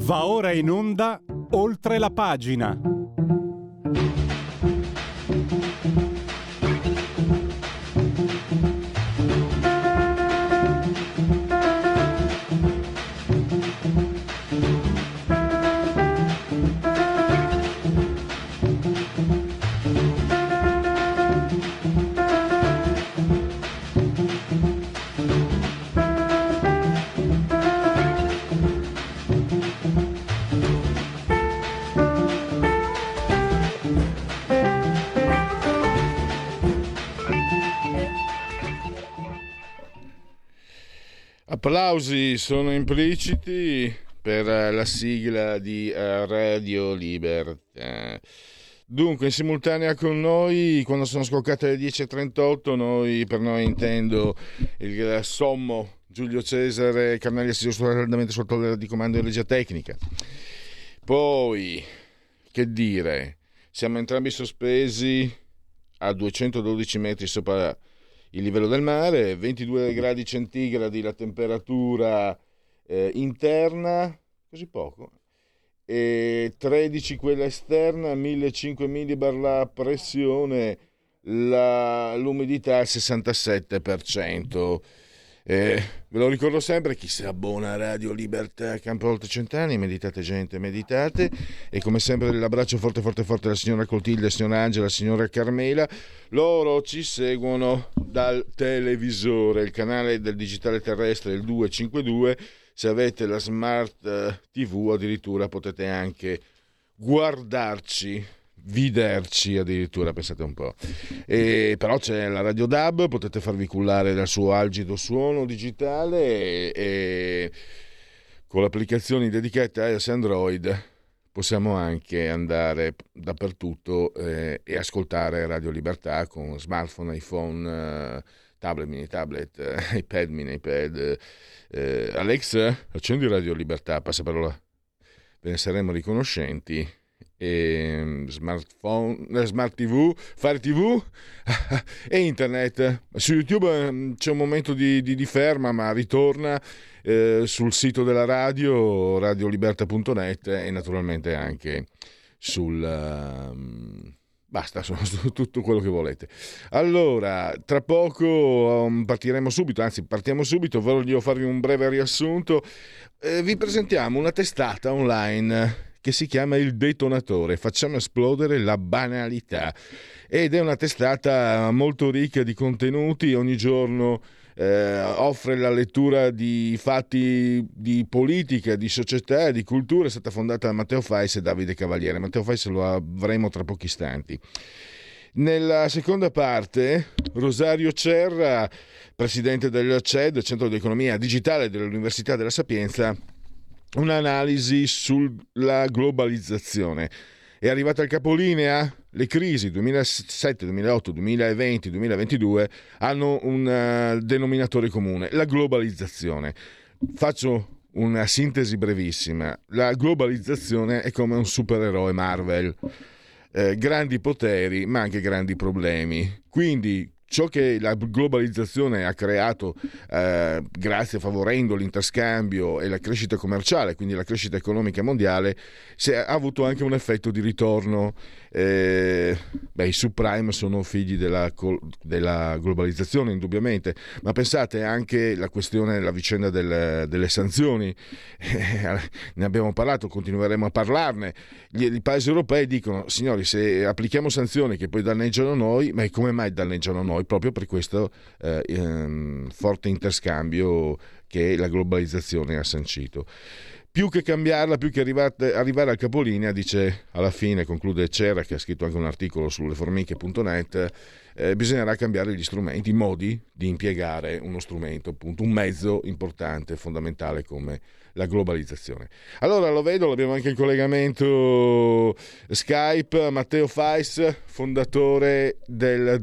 Va ora in onda Oltre la pagina. Applausi sono impliciti per la sigla di Radio Libertà. Dunque, in simultanea con noi, quando sono scoccate le 10.38, per noi intendo il sommo Giulio Cesare Carnelli, assiso caldamente sotto l'ora di comando di regia tecnica. Poi, che dire, siamo entrambi sospesi a 212 metri sopra il livello del mare, 22 gradi centigradi la temperatura interna, così poco, e 13 quella esterna, 1500 millibar la pressione, l'umidità al 67%. Ve lo ricordo sempre, chi si abbona a Radio Libertà campo oltre 100 anni, meditate gente, meditate. E come sempre l'abbraccio forte forte forte alla signora Clotilde, alla signora Angela, alla signora Carmela. Loro ci seguono dal televisore, il canale del digitale terrestre, il 252. Se avete la smart TV addirittura potete anche guardarci, viderci addirittura, pensate un po'. Però c'è la Radio DAB, potete farvi cullare dal suo algido suono digitale e con l'applicazione dedicata a iOS Android possiamo anche andare dappertutto e ascoltare Radio Libertà con smartphone, iPhone, tablet, mini tablet, iPad, mini iPad. Alex, accendi Radio Libertà, passaparola, ve ne saremo riconoscenti. Smartphone, smart TV, Fire TV e internet. Su YouTube c'è un momento di ferma, ma ritorna sul sito della radio, radioliberta.net, e naturalmente anche basta, su tutto quello che volete. Allora, tra poco partiamo subito. Voglio farvi un breve riassunto. Vi presentiamo una testata online che si chiama Il Detonatore, facciamo esplodere la banalità, ed è una testata molto ricca di contenuti. Ogni giorno offre la lettura di fatti di politica, di società, di cultura. È stata fondata da Matteo Fais e Davide Cavaliere. Matteo Fais lo avremo tra pochi istanti. Nella seconda parte, Rosario Cerra, presidente del CED, Centro di Economia Digitale dell'Università della Sapienza, un'analisi sulla globalizzazione. È arrivata al capolinea? Le crisi 2007, 2008, 2020, 2022 hanno un denominatore comune: la globalizzazione. Faccio una sintesi brevissima. La globalizzazione è come un supereroe Marvel, grandi poteri ma anche grandi problemi. Quindi ciò che la globalizzazione ha creato, favorendo l'interscambio e la crescita commerciale, quindi la crescita economica mondiale, ha avuto anche un effetto di ritorno. I subprime sono figli della globalizzazione, indubbiamente, ma pensate anche la vicenda delle sanzioni. Ne abbiamo parlato, continueremo a parlarne. I paesi europei dicono: signori, se applichiamo sanzioni che poi danneggiano noi, ma come mai danneggiano noi? Proprio per questo forte interscambio che la globalizzazione ha sancito. Più che cambiarla, più che arrivare al capolinea, dice alla fine, conclude Cera, che ha scritto anche un articolo sulle formiche.net, bisognerà cambiare gli strumenti, i modi di impiegare uno strumento, appunto, un mezzo importante, fondamentale come la globalizzazione. Allora, lo vedo, l'abbiamo anche in collegamento Skype, Matteo Fais, fondatore del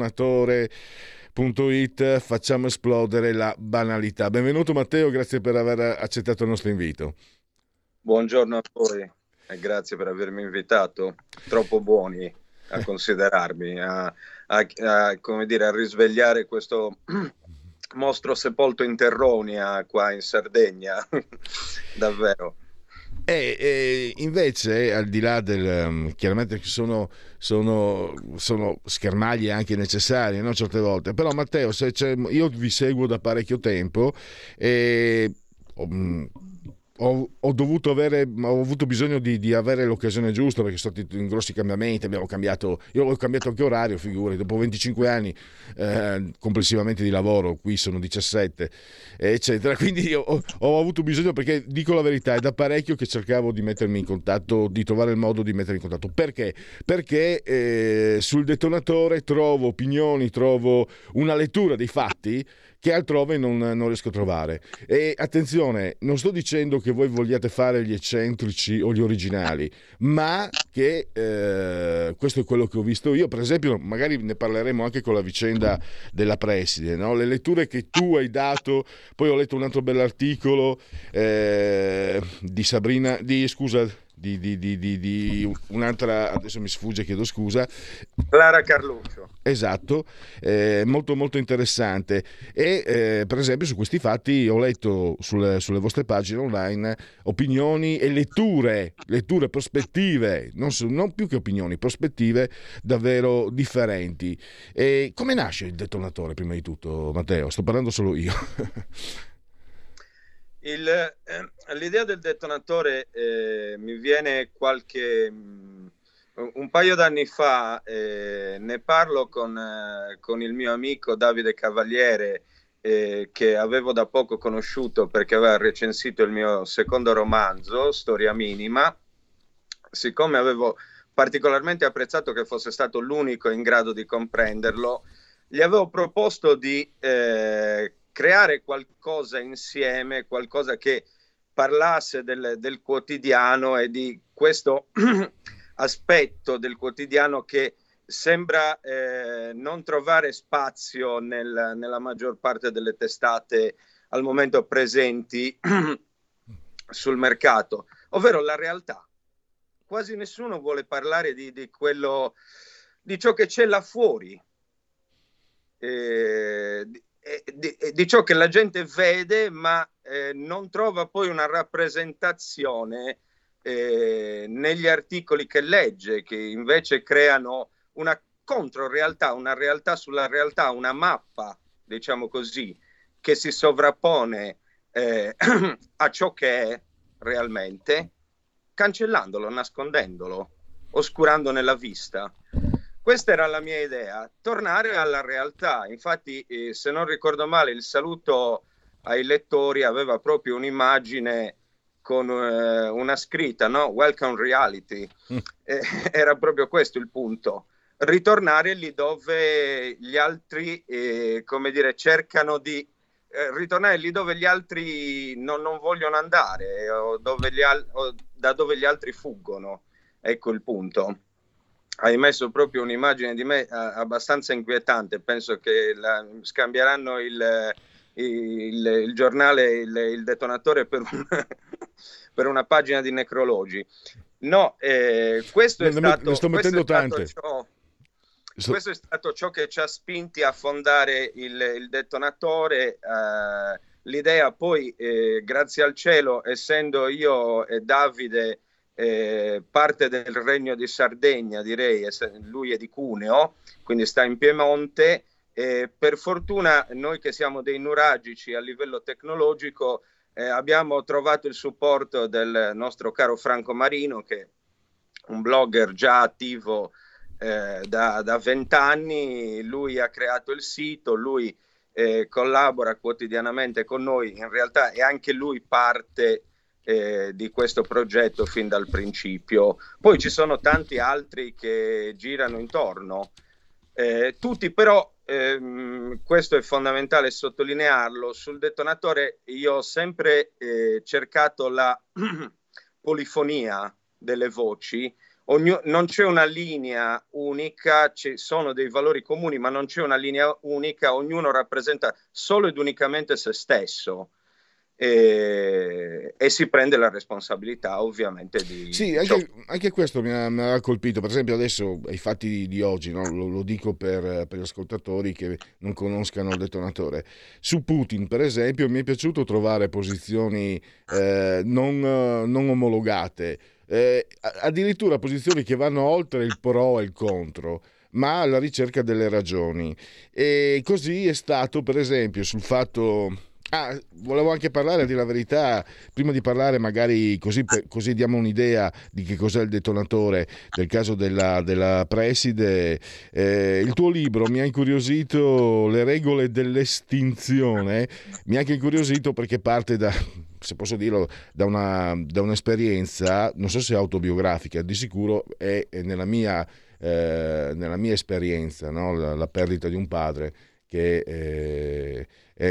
Detonatore.it, facciamo esplodere la banalità. Benvenuto Matteo, grazie per aver accettato il nostro invito. Buongiorno a voi e grazie per avermi invitato. Troppo buoni a considerarmi, a risvegliare questo mostro sepolto in Terronia qua in Sardegna. Davvero. Invece, al di là del chiaramente che sono schermaglie anche necessarie, no? Certe volte, però Matteo, io vi seguo da parecchio tempo e ho avuto bisogno di avere l'occasione giusta, perché sono stati in grossi cambiamenti, io ho cambiato anche orario, figuri, dopo 25 anni complessivamente di lavoro, qui sono 17 eccetera, quindi io ho avuto bisogno, perché dico la verità, è da parecchio che cercavo di mettermi in contatto, di trovare il modo di mettermi in contatto. Perché sul detonatore trovo opinioni, trovo una lettura dei fatti che altrove non riesco a trovare. E attenzione, non sto dicendo che voi vogliate fare gli eccentrici o gli originali, ma che questo è quello che ho visto io. Per esempio, magari ne parleremo anche con la vicenda della preside, no? Le letture che tu hai dato. Poi ho letto un altro bell'articolo di Sabrina, di un'altra, adesso mi sfugge, chiedo scusa, Clara Carluccio. Esatto, molto molto interessante. E per esempio su questi fatti ho letto sulle vostre pagine online opinioni e letture, prospettive, non più che opinioni, prospettive davvero differenti. E come nasce il detonatore, prima di tutto, Matteo? Sto parlando solo io. L'idea del detonatore mi viene un paio d'anni fa, ne parlo con il mio amico Davide Cavaliere, che avevo da poco conosciuto perché aveva recensito il mio secondo romanzo, Storia Minima. Siccome avevo particolarmente apprezzato che fosse stato l'unico in grado di comprenderlo, gli avevo proposto di creare qualcosa insieme, qualcosa che parlasse del quotidiano e di questo aspetto del quotidiano che sembra non trovare spazio nella maggior parte delle testate al momento presenti sul mercato, ovvero la realtà. Quasi nessuno vuole parlare di ciò che c'è là fuori, di ciò che la gente vede, ma non trova poi una rappresentazione negli articoli che legge, che invece creano una controrealtà, una realtà sulla realtà, una mappa, diciamo così, che si sovrappone a ciò che è realmente, cancellandolo, nascondendolo, oscurandone la vista. Questa era la mia idea, tornare alla realtà. Infatti, se non ricordo male, il saluto ai lettori aveva proprio un'immagine con una scritta, no? Welcome reality. Era proprio questo il punto. Ritornare lì dove gli altri, cercano di ritornare lì dove gli altri non vogliono andare, o da dove gli altri fuggono. Ecco il punto. Hai messo proprio un'immagine di me abbastanza inquietante. Penso che scambieranno il giornale, il detonatore per una pagina di necrologi. No, questo è stato, ne sto mettendo tante. Questo è stato ciò che ci ha spinti a fondare il detonatore. L'idea poi, grazie al cielo, essendo io e Davide parte del Regno di Sardegna, direi, lui è di Cuneo, quindi sta in Piemonte, per fortuna noi che siamo dei nuragici a livello tecnologico abbiamo trovato il supporto del nostro caro Franco Marino, che è un blogger già attivo da 20 anni. Lui ha creato il sito, lui collabora quotidianamente con noi, in realtà è anche lui parte di questo progetto fin dal principio. Poi ci sono tanti altri che girano intorno, tutti però, questo è fondamentale sottolinearlo, sul detonatore io ho sempre cercato la polifonia delle voci. Non c'è una linea unica, ci sono dei valori comuni, ma non c'è una linea unica, ognuno rappresenta solo ed unicamente se stesso. e si prende la responsabilità ovviamente di Sì, anche questo mi ha colpito. Per esempio adesso ai fatti di oggi, no? Lo dico per gli ascoltatori che non conoscano il detonatore. Su Putin, per esempio, mi è piaciuto trovare posizioni non omologate, addirittura posizioni che vanno oltre il pro e il contro, ma alla ricerca delle ragioni. E così è stato, per esempio, sul fatto... Ah, volevo anche parlare, a dire la verità, prima di parlare magari così diamo un'idea di che cos'è il detonatore del caso della preside. Il tuo libro mi ha incuriosito, Le regole dell'estinzione, mi ha anche incuriosito perché parte da, se posso dirlo, da un'esperienza, non so se autobiografica, di sicuro è nella mia esperienza, no? La perdita di un padre che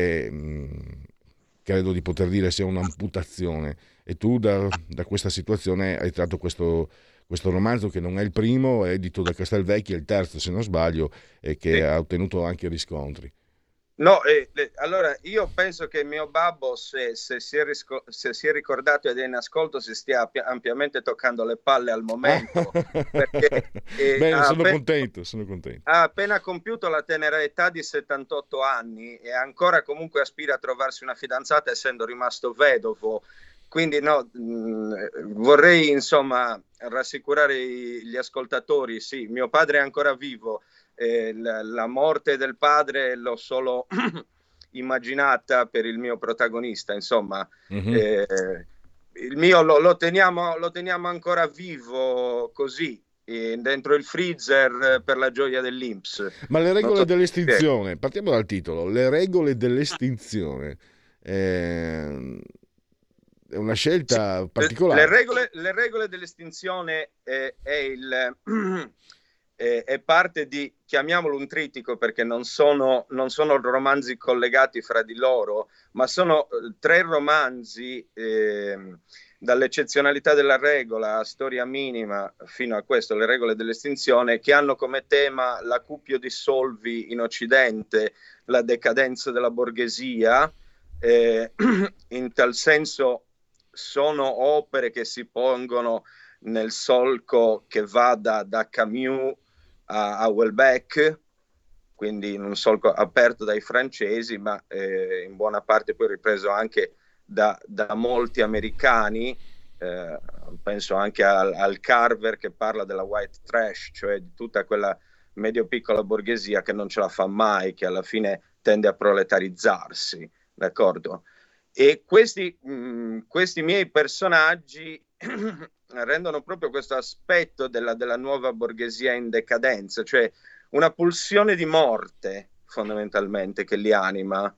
credo di poter dire sia un'amputazione, e tu da questa situazione hai tratto questo romanzo che non è il primo, è edito da Castelvecchi, è il terzo se non sbaglio, e che Sì. ha ottenuto anche riscontri. No, allora io penso che mio babbo, se si è ricordato ed è in ascolto, si stia ampiamente toccando le palle al momento, perché Bene, sono contento. Ha appena compiuto la tenera età di 78 anni e ancora comunque aspira a trovarsi una fidanzata, essendo rimasto vedovo. Quindi no, vorrei insomma rassicurare gli ascoltatori. Sì, mio padre è ancora vivo. La morte del padre l'ho solo immaginata per il mio protagonista, insomma. Il mio lo teniamo ancora vivo così, dentro il freezer, per la gioia dell'Inps. Ma le regole dell'estinzione, partiamo dal titolo, le regole dell'estinzione, è una scelta particolare. Le regole dell'estinzione è parte di, chiamiamolo un trittico, perché non sono romanzi collegati fra di loro, ma sono 3 romanzi, dall'eccezionalità della regola a Storia minima fino a questo, Le regole dell'estinzione, che hanno come tema l'acuppio di Solvi in Occidente, la decadenza della borghesia. In tal senso sono opere che si pongono nel solco che va da Camus a Houellebecq, quindi in un solco aperto dai francesi, ma in buona parte poi ripreso anche da molti americani. Penso anche al Carver, che parla della white trash, cioè di tutta quella medio-piccola borghesia che non ce la fa mai, che alla fine tende a proletarizzarsi, d'accordo? E questi miei personaggi rendono proprio questo aspetto della nuova borghesia in decadenza, cioè una pulsione di morte fondamentalmente che li anima,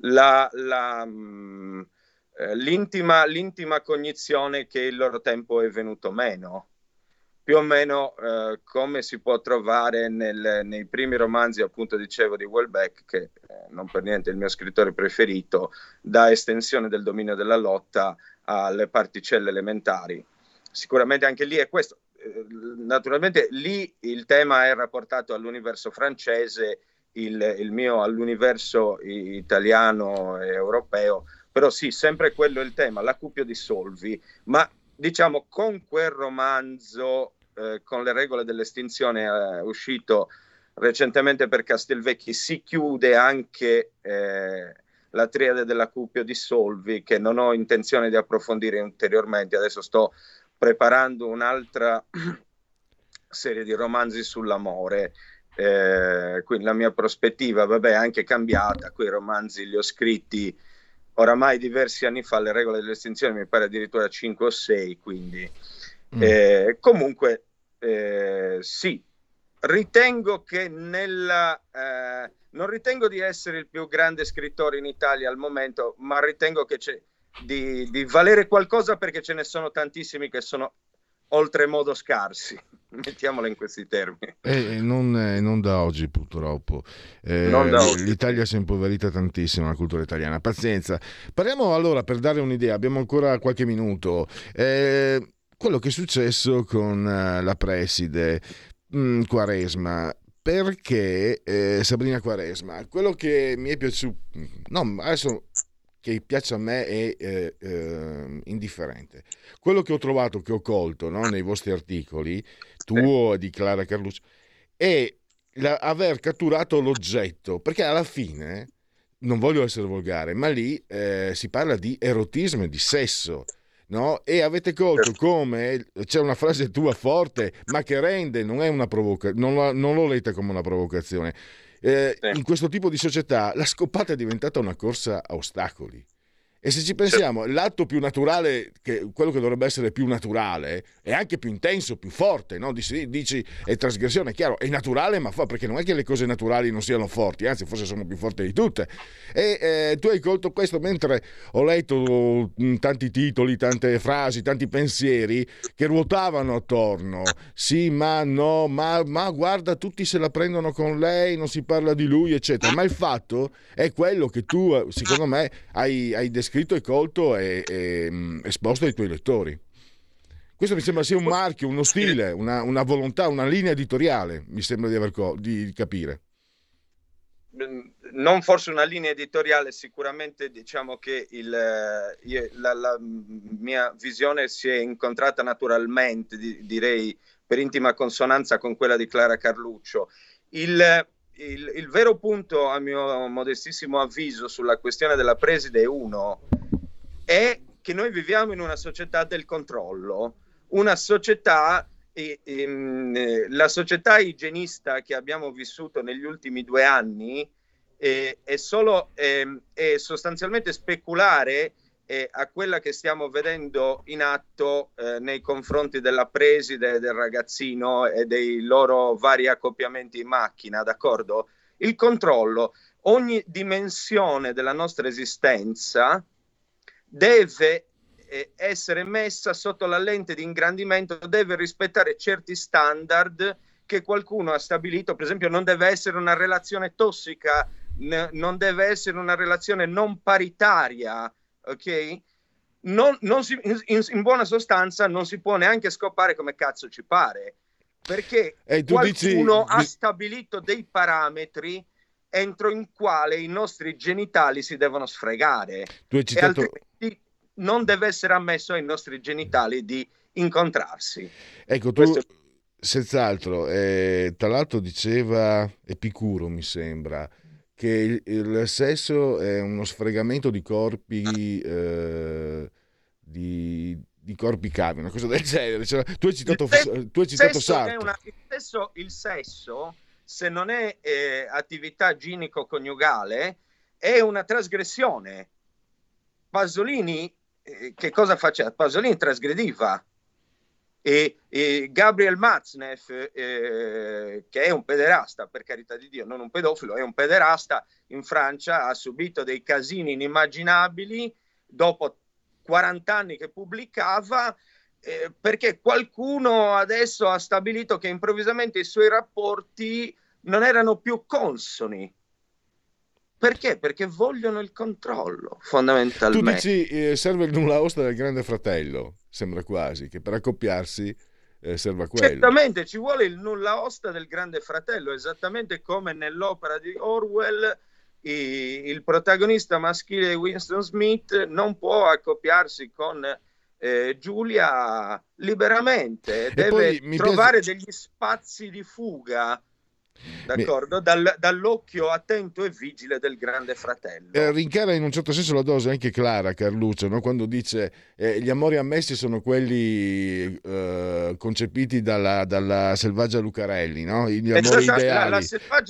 l'intima cognizione che il loro tempo è venuto meno, più o meno come si può trovare nei primi romanzi, appunto dicevo, di Houellebecq, che non per niente è il mio scrittore preferito, da Estensione del dominio della lotta alle particelle elementari. Sicuramente anche lì è questo. Naturalmente lì il tema è rapportato all'universo francese, il mio all'universo italiano e europeo, però sì, sempre quello è il tema, l'acuppio di Solvi, ma diciamo con quel romanzo, con Le regole dell'estinzione, uscito recentemente per Castelvecchi, si chiude anche la triade dell'acuppio di Solvi, che non ho intenzione di approfondire ulteriormente. Adesso sto preparando un'altra serie di romanzi sull'amore, quindi la mia prospettiva, vabbè, è anche cambiata. Quei romanzi li ho scritti oramai diversi anni fa, Le regole dell'estinzione mi pare addirittura 5 o 6, quindi comunque sì, ritengo che non ritengo di essere il più grande scrittore in Italia al momento, ma ritengo che c'è di valere qualcosa, perché ce ne sono tantissimi che sono oltremodo scarsi, mettiamola in questi termini. Non da oggi, purtroppo. Non da oggi. L'Italia si è impoverita tantissimo, la cultura italiana. Pazienza. Parliamo allora, per dare un'idea, abbiamo ancora qualche minuto. Quello che è successo con la preside Quaresma. Perché Sabrina Quaresma, quello che mi è piaciuto, no, adesso che piaccia a me è indifferente. Quello che ho trovato, che ho colto, no, nei vostri articoli, tuo e di Clara Carlucci, è aver catturato l'oggetto, perché alla fine, non voglio essere volgare, ma lì si parla di erotismo e di sesso. No? E avete colto come c'è una frase tua forte, ma che rende, non è una provocazione, non l'ho letta come una provocazione. In questo tipo di società la scoppata è diventata una corsa a ostacoli. E se ci pensiamo, l'atto più naturale, quello che dovrebbe essere più naturale, è anche più intenso, più forte, no? Dici è trasgressione, è chiaro, è naturale, ma perché non è che le cose naturali non siano forti, anzi forse sono più forti di tutte. E tu hai colto questo mentre ho letto tanti titoli, tante frasi, tanti pensieri che ruotavano attorno. Sì, ma no, ma guarda, tutti se la prendono con lei, non si parla di lui, eccetera. Ma il fatto è quello che tu, secondo me, hai descritto e colto e esposto ai tuoi lettori. Questo mi sembra sia un marchio, uno stile, una volontà, una linea editoriale, mi sembra di capire. Non forse una linea editoriale, sicuramente diciamo che la mia visione si è incontrata naturalmente, direi per intima consonanza con quella di Clara Carluccio. Il vero punto, a mio modestissimo avviso, sulla questione della preside è uno, è che noi viviamo in una società del controllo, una società, la società igienista che abbiamo vissuto negli ultimi 2 anni è sostanzialmente speculare a quella che stiamo vedendo in atto nei confronti della preside, del ragazzino e dei loro vari accoppiamenti in macchina, d'accordo? Il controllo, ogni dimensione della nostra esistenza deve essere messa sotto la lente di ingrandimento, deve rispettare certi standard che qualcuno ha stabilito. Per esempio, non deve essere una relazione tossica, non deve essere una relazione non paritaria, ok? In buona sostanza non si può neanche scopare come cazzo ci pare, perché qualcuno ha stabilito dei parametri entro i quali i nostri genitali si devono sfregare. Tu hai citato... E altrimenti non deve essere ammesso ai nostri genitali di incontrarsi. Ecco, tu senz'altro, tra l'altro diceva Epicuro, mi sembra, che il sesso è uno sfregamento di corpi di corpi cavi, una cosa del genere. Cioè, tu hai citato Sartre. Il sesso, se non è attività ginico-coniugale, è una trasgressione. Pasolini, che cosa faceva? Pasolini trasgrediva. E Gabriel Matzneff, che è un pederasta, per carità di Dio, non un pedofilo, è un pederasta, in Francia ha subito dei casini inimmaginabili dopo 40 anni che pubblicava, perché qualcuno adesso ha stabilito che improvvisamente i suoi rapporti non erano più consoni. Perché? Perché vogliono il controllo, fondamentalmente. Tu dici serve il nulla osta del Grande Fratello, sembra quasi, che per accoppiarsi serva quello. Certamente ci vuole il nulla osta del Grande Fratello, esattamente come nell'opera di Orwell il protagonista maschile Winston Smith non può accoppiarsi con Giulia liberamente, deve trovare degli spazi di fuga. D'accordo? Dall'occhio attento e vigile del Grande Fratello. Rincara in un certo senso la dose anche Clara Carluccio, no? Quando dice gli amori ammessi sono quelli concepiti dalla selvaggia Lucarelli, no? Gli amori ideali,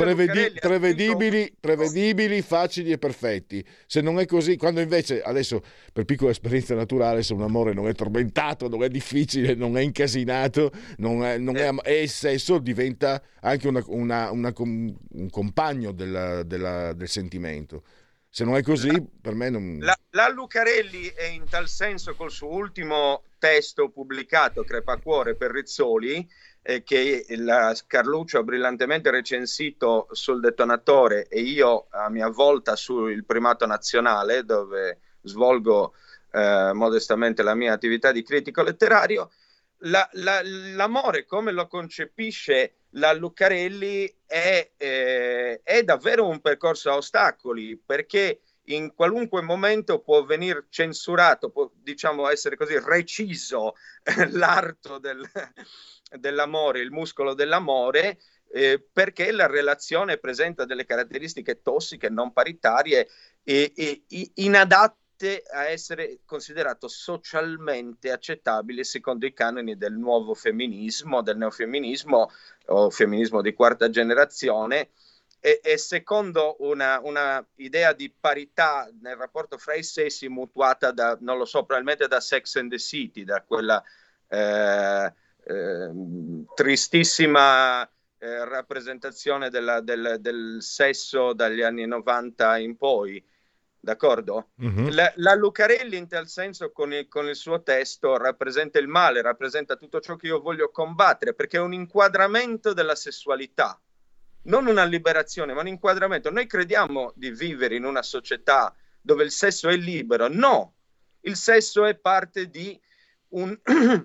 prevedibili, facili e perfetti. Se non è così, quando invece adesso per piccola esperienza naturale, se un amore non è tormentato, non è difficile, non è incasinato, e il sesso diventa anche un compagno del sentimento. Se non è così, per me non... La Lucarelli è in tal senso col suo ultimo testo pubblicato, Crepacuore per Rizzoli, che la Carluccio ha brillantemente recensito sul Detonatore e io a mia volta sul Primato Nazionale, dove svolgo modestamente la mia attività di critico letterario. L'amore, come lo concepisce la Lucarelli, è davvero un percorso a ostacoli, perché in qualunque momento può venire censurato, può, diciamo, essere così reciso l'arto dell'amore, il muscolo dell'amore, perché la relazione presenta delle caratteristiche tossiche, non paritarie e inadatte a essere considerato socialmente accettabile secondo i canoni del nuovo femminismo, del neofemminismo o femminismo di quarta generazione, e secondo una idea di parità nel rapporto fra i sessi mutuata da, non lo so, probabilmente da Sex and the City, da quella tristissima rappresentazione del sesso dagli anni 90 in poi, d'accordo? Mm-hmm. La Lucarelli in tal senso con il suo testo rappresenta il male, rappresenta tutto ciò che io voglio combattere, perché è un inquadramento della sessualità, non una liberazione, ma un inquadramento. Noi crediamo di vivere in una società dove il sesso è libero. No, il sesso è parte di un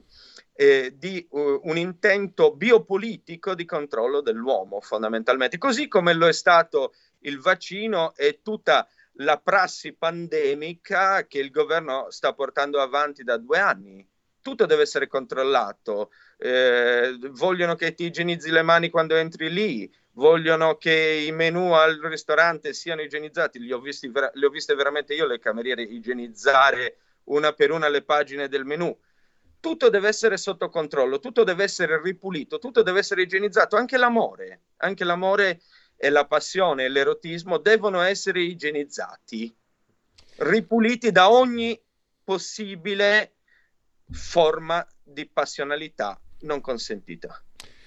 intento biopolitico di controllo dell'uomo, fondamentalmente, così come lo è stato il vaccino e tutta la prassi pandemica che il governo sta portando avanti da 2 anni. Tutto deve essere controllato, vogliono che ti igienizzi le mani quando entri lì, vogliono che i menù al ristorante siano igienizzati. Le ho viste veramente io le cameriere igienizzare una per una le pagine del menù. Tutto deve essere sotto controllo, tutto deve essere ripulito, tutto deve essere igienizzato, anche l'amore e la passione e l'erotismo devono essere igienizzati, ripuliti da ogni possibile forma di passionalità non consentita.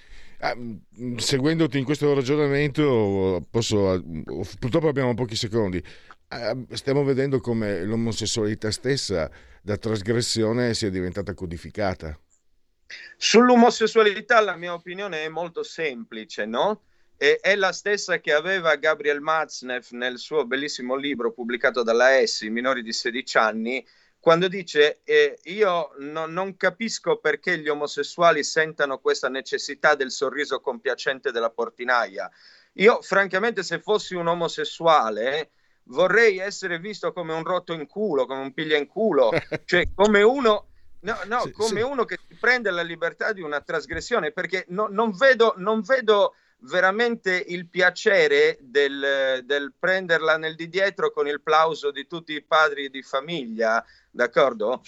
Seguendoti in questo ragionamento, purtroppo abbiamo pochi secondi. Stiamo vedendo come l'omosessualità stessa da trasgressione sia diventata codificata. Sull'omosessualità la mia opinione è molto semplice, no? È la stessa che aveva Gabriel Matzneff nel suo bellissimo libro pubblicato dalla ESSI, Minori di 16 anni, quando dice io non capisco perché gli omosessuali sentano questa necessità del sorriso compiacente della portinaia. Io francamente, se fossi un omosessuale, vorrei essere visto come un rotto in culo, come un piglia in culo, cioè come uno uno che si prende la libertà di una trasgressione, perché non vedo veramente il piacere del prenderla nel di dietro con il plauso di tutti i padri di famiglia, d'accordo?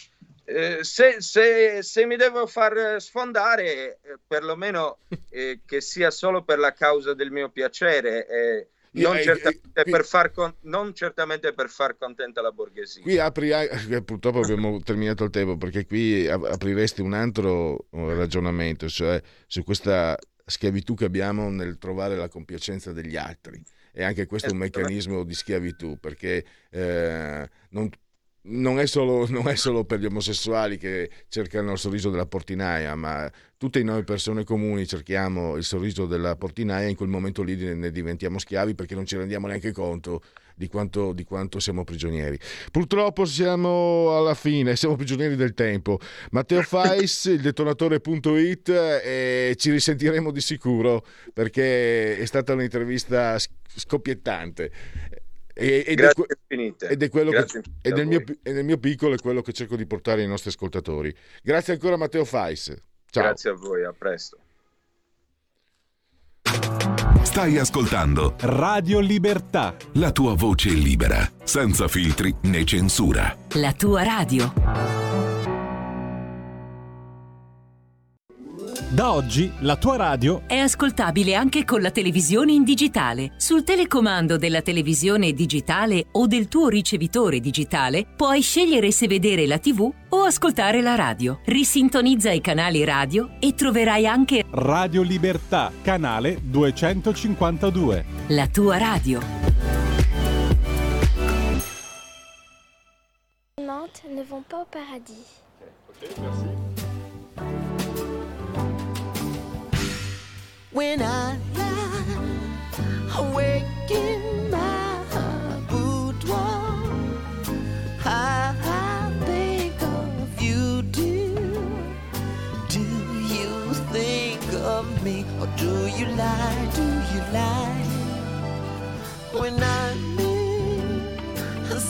Se mi devo far sfondare, perlomeno che sia solo per la causa del mio piacere, non certamente per far contenta la borghesia. Qui purtroppo abbiamo terminato il tempo, perché qui apriresti un altro ragionamento, cioè su questa schiavitù che abbiamo nel trovare la compiacenza degli altri, e anche questo è un meccanismo di schiavitù, perché non è solo per gli omosessuali che cercano il sorriso della portinaia, ma tutte noi persone comuni cerchiamo il sorriso della portinaia, e in quel momento lì ne diventiamo schiavi, perché non ci rendiamo neanche conto di quanto siamo prigionieri. Purtroppo siamo alla fine, siamo prigionieri del tempo. Matteo Fais, il detonatore.it, e ci risentiremo di sicuro, perché è stata un'intervista scoppiettante. Grazie infinite. Ed è quello nel mio piccolo è quello che cerco di portare ai nostri ascoltatori. Grazie ancora, Matteo Fais. Ciao. Grazie a voi, a presto. Stai ascoltando Radio Libertà, la tua voce libera, senza filtri né censura. La tua radio. Da oggi la tua radio È ascoltabile anche con la televisione in digitale. Sul telecomando della televisione digitale o del tuo ricevitore digitale puoi scegliere se vedere la TV o ascoltare la radio. Risintonizza i canali radio e troverai anche Radio Libertà, canale 252. la tua radio. Nantes ne vont pas au paradis. Ok, merci. When I lie awake in my boudoir, I think of you, dear. Do you think of me, or do you lie? Do you lie? When I'm in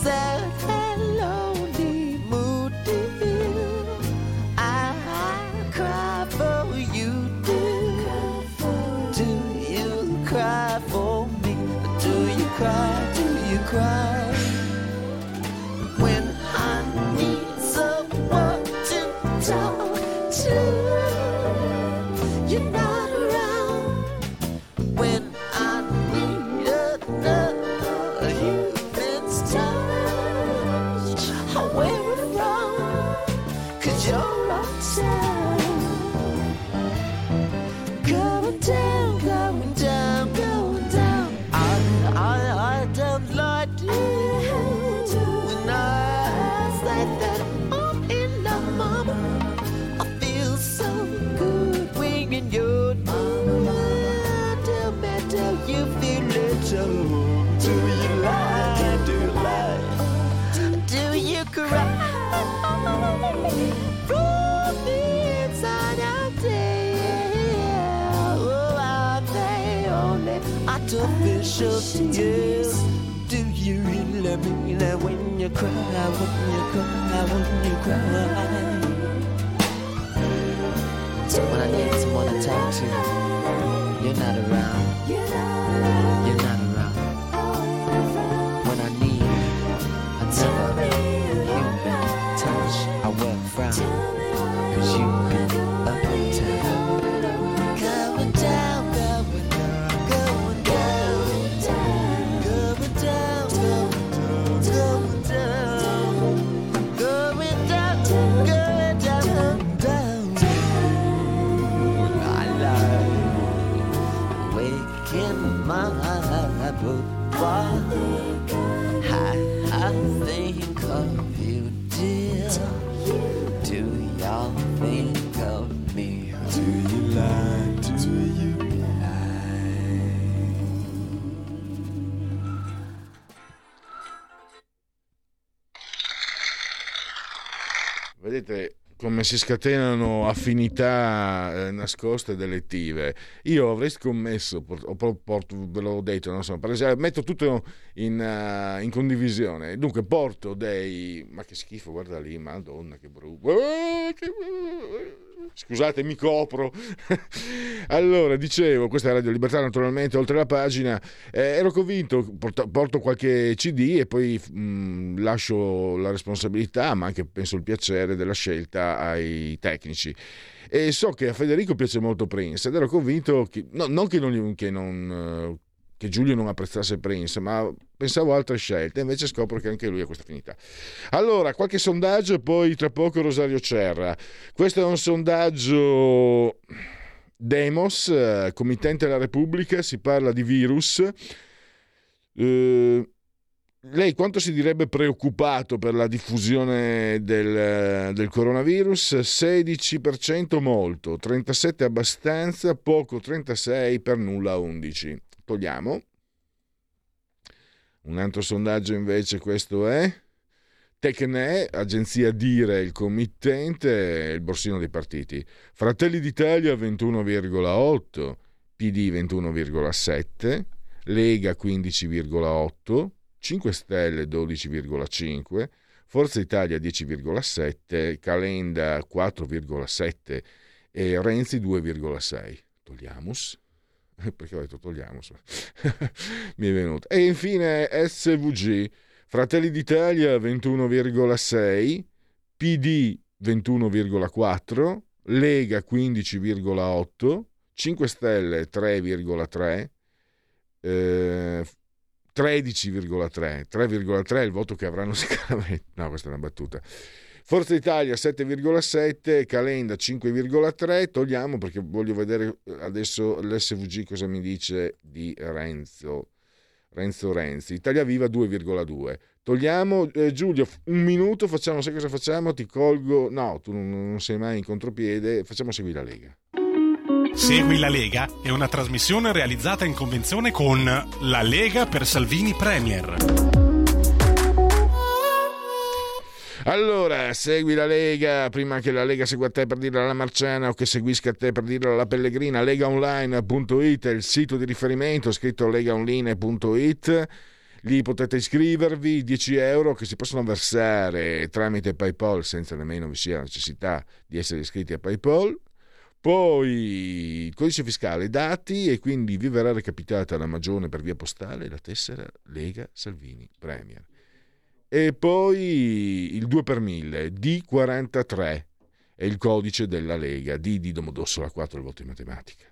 lost touch. Where we're from, 'cause you're uptown. Going down, going down, going down. I don't like you when I say that I'm in love, mama. I feel so good when you're near. Tell me, do you feel it too? Do you lie? Do you lie? Do you cry? From the inside out there. Oh, are they only artificial tears? Do you really mean that when you cry, when you cry, when you cry? When I need someone to talk to, you're not around. You're not around. When I need another human touch, I work from, 'cause you've been uptown. Going down, going down, going down, going down, going down, going down, going down, down. I like waking my boudoir. I think of you, dear. Do y'all think of me? Do you lie? Do you lie? Vedete come si scatenano affinità nascoste delettive. Io avrei scommesso, ve l'ho detto, non so, per esempio, metto tutto in condivisione. Dunque porto dei... Ma che schifo, guarda lì, madonna, che brutto. Scusate, mi copro. Allora, dicevo, questa è Radio Libertà, naturalmente, oltre la pagina. Ero convinto, porto qualche CD e poi lascio la responsabilità, ma anche penso il piacere della scelta ai tecnici. E so che a Federico piace molto Prince ed ero convinto che, che Giulio non apprezzasse Prince, ma pensavo a altre scelte, invece scopro che anche lui ha questa affinità. Allora, qualche sondaggio e poi tra poco Rosario Cerra. Questo è un sondaggio Demos, committente della Repubblica, si parla di virus. Lei quanto si direbbe preoccupato per la diffusione del coronavirus? 16% molto, 37% abbastanza, poco 36%, per nulla 11%. Togliamo. Un altro sondaggio invece, questo è Tecne, agenzia Dire, il committente, il borsino dei partiti. Fratelli d'Italia 21,8%, PD 21,7%, Lega 15,8%, 5 Stelle 12,5%, Forza Italia 10,7%, Calenda 4,7% e Renzi 2,6%. Togliamus. Perché ho detto togliamo, mi è venuto. E infine SVG, Fratelli d'Italia 21,6%, PD 21,4%, Lega 15,8%, 5 Stelle 3,3%, 13,3%, 3,3% è il voto che avranno sicuramente. No, questa è una battuta. Forza Italia 7,7%, Calenda 5,3%, togliamo perché voglio vedere adesso l'SVG cosa mi dice di Renzi. Italia Viva 2,2%. Togliamo, Giulio, un minuto, facciamo, sai cosa facciamo? Ti colgo, no, tu non sei mai in contropiede, facciamo Segui la Lega. Segui la Lega è una trasmissione realizzata in convenzione con La Lega per Salvini Premier. Allora, segui la Lega, prima che la Lega segua te per dirla alla Marciana o che seguisca te per dirla alla Pellegrina. Legaonline.it è il sito di riferimento, scritto legaonline.it. Lì potete iscrivervi, 10 euro che si possono versare tramite PayPal senza nemmeno vi sia la necessità di essere iscritti a PayPal. Poi il codice fiscale, dati, e quindi vi verrà recapitata la magione per via postale la tessera Lega Salvini Premier. E poi il 2 per 1000, D43 è il codice della Lega, D di Domodossola 4 il voto in matematica.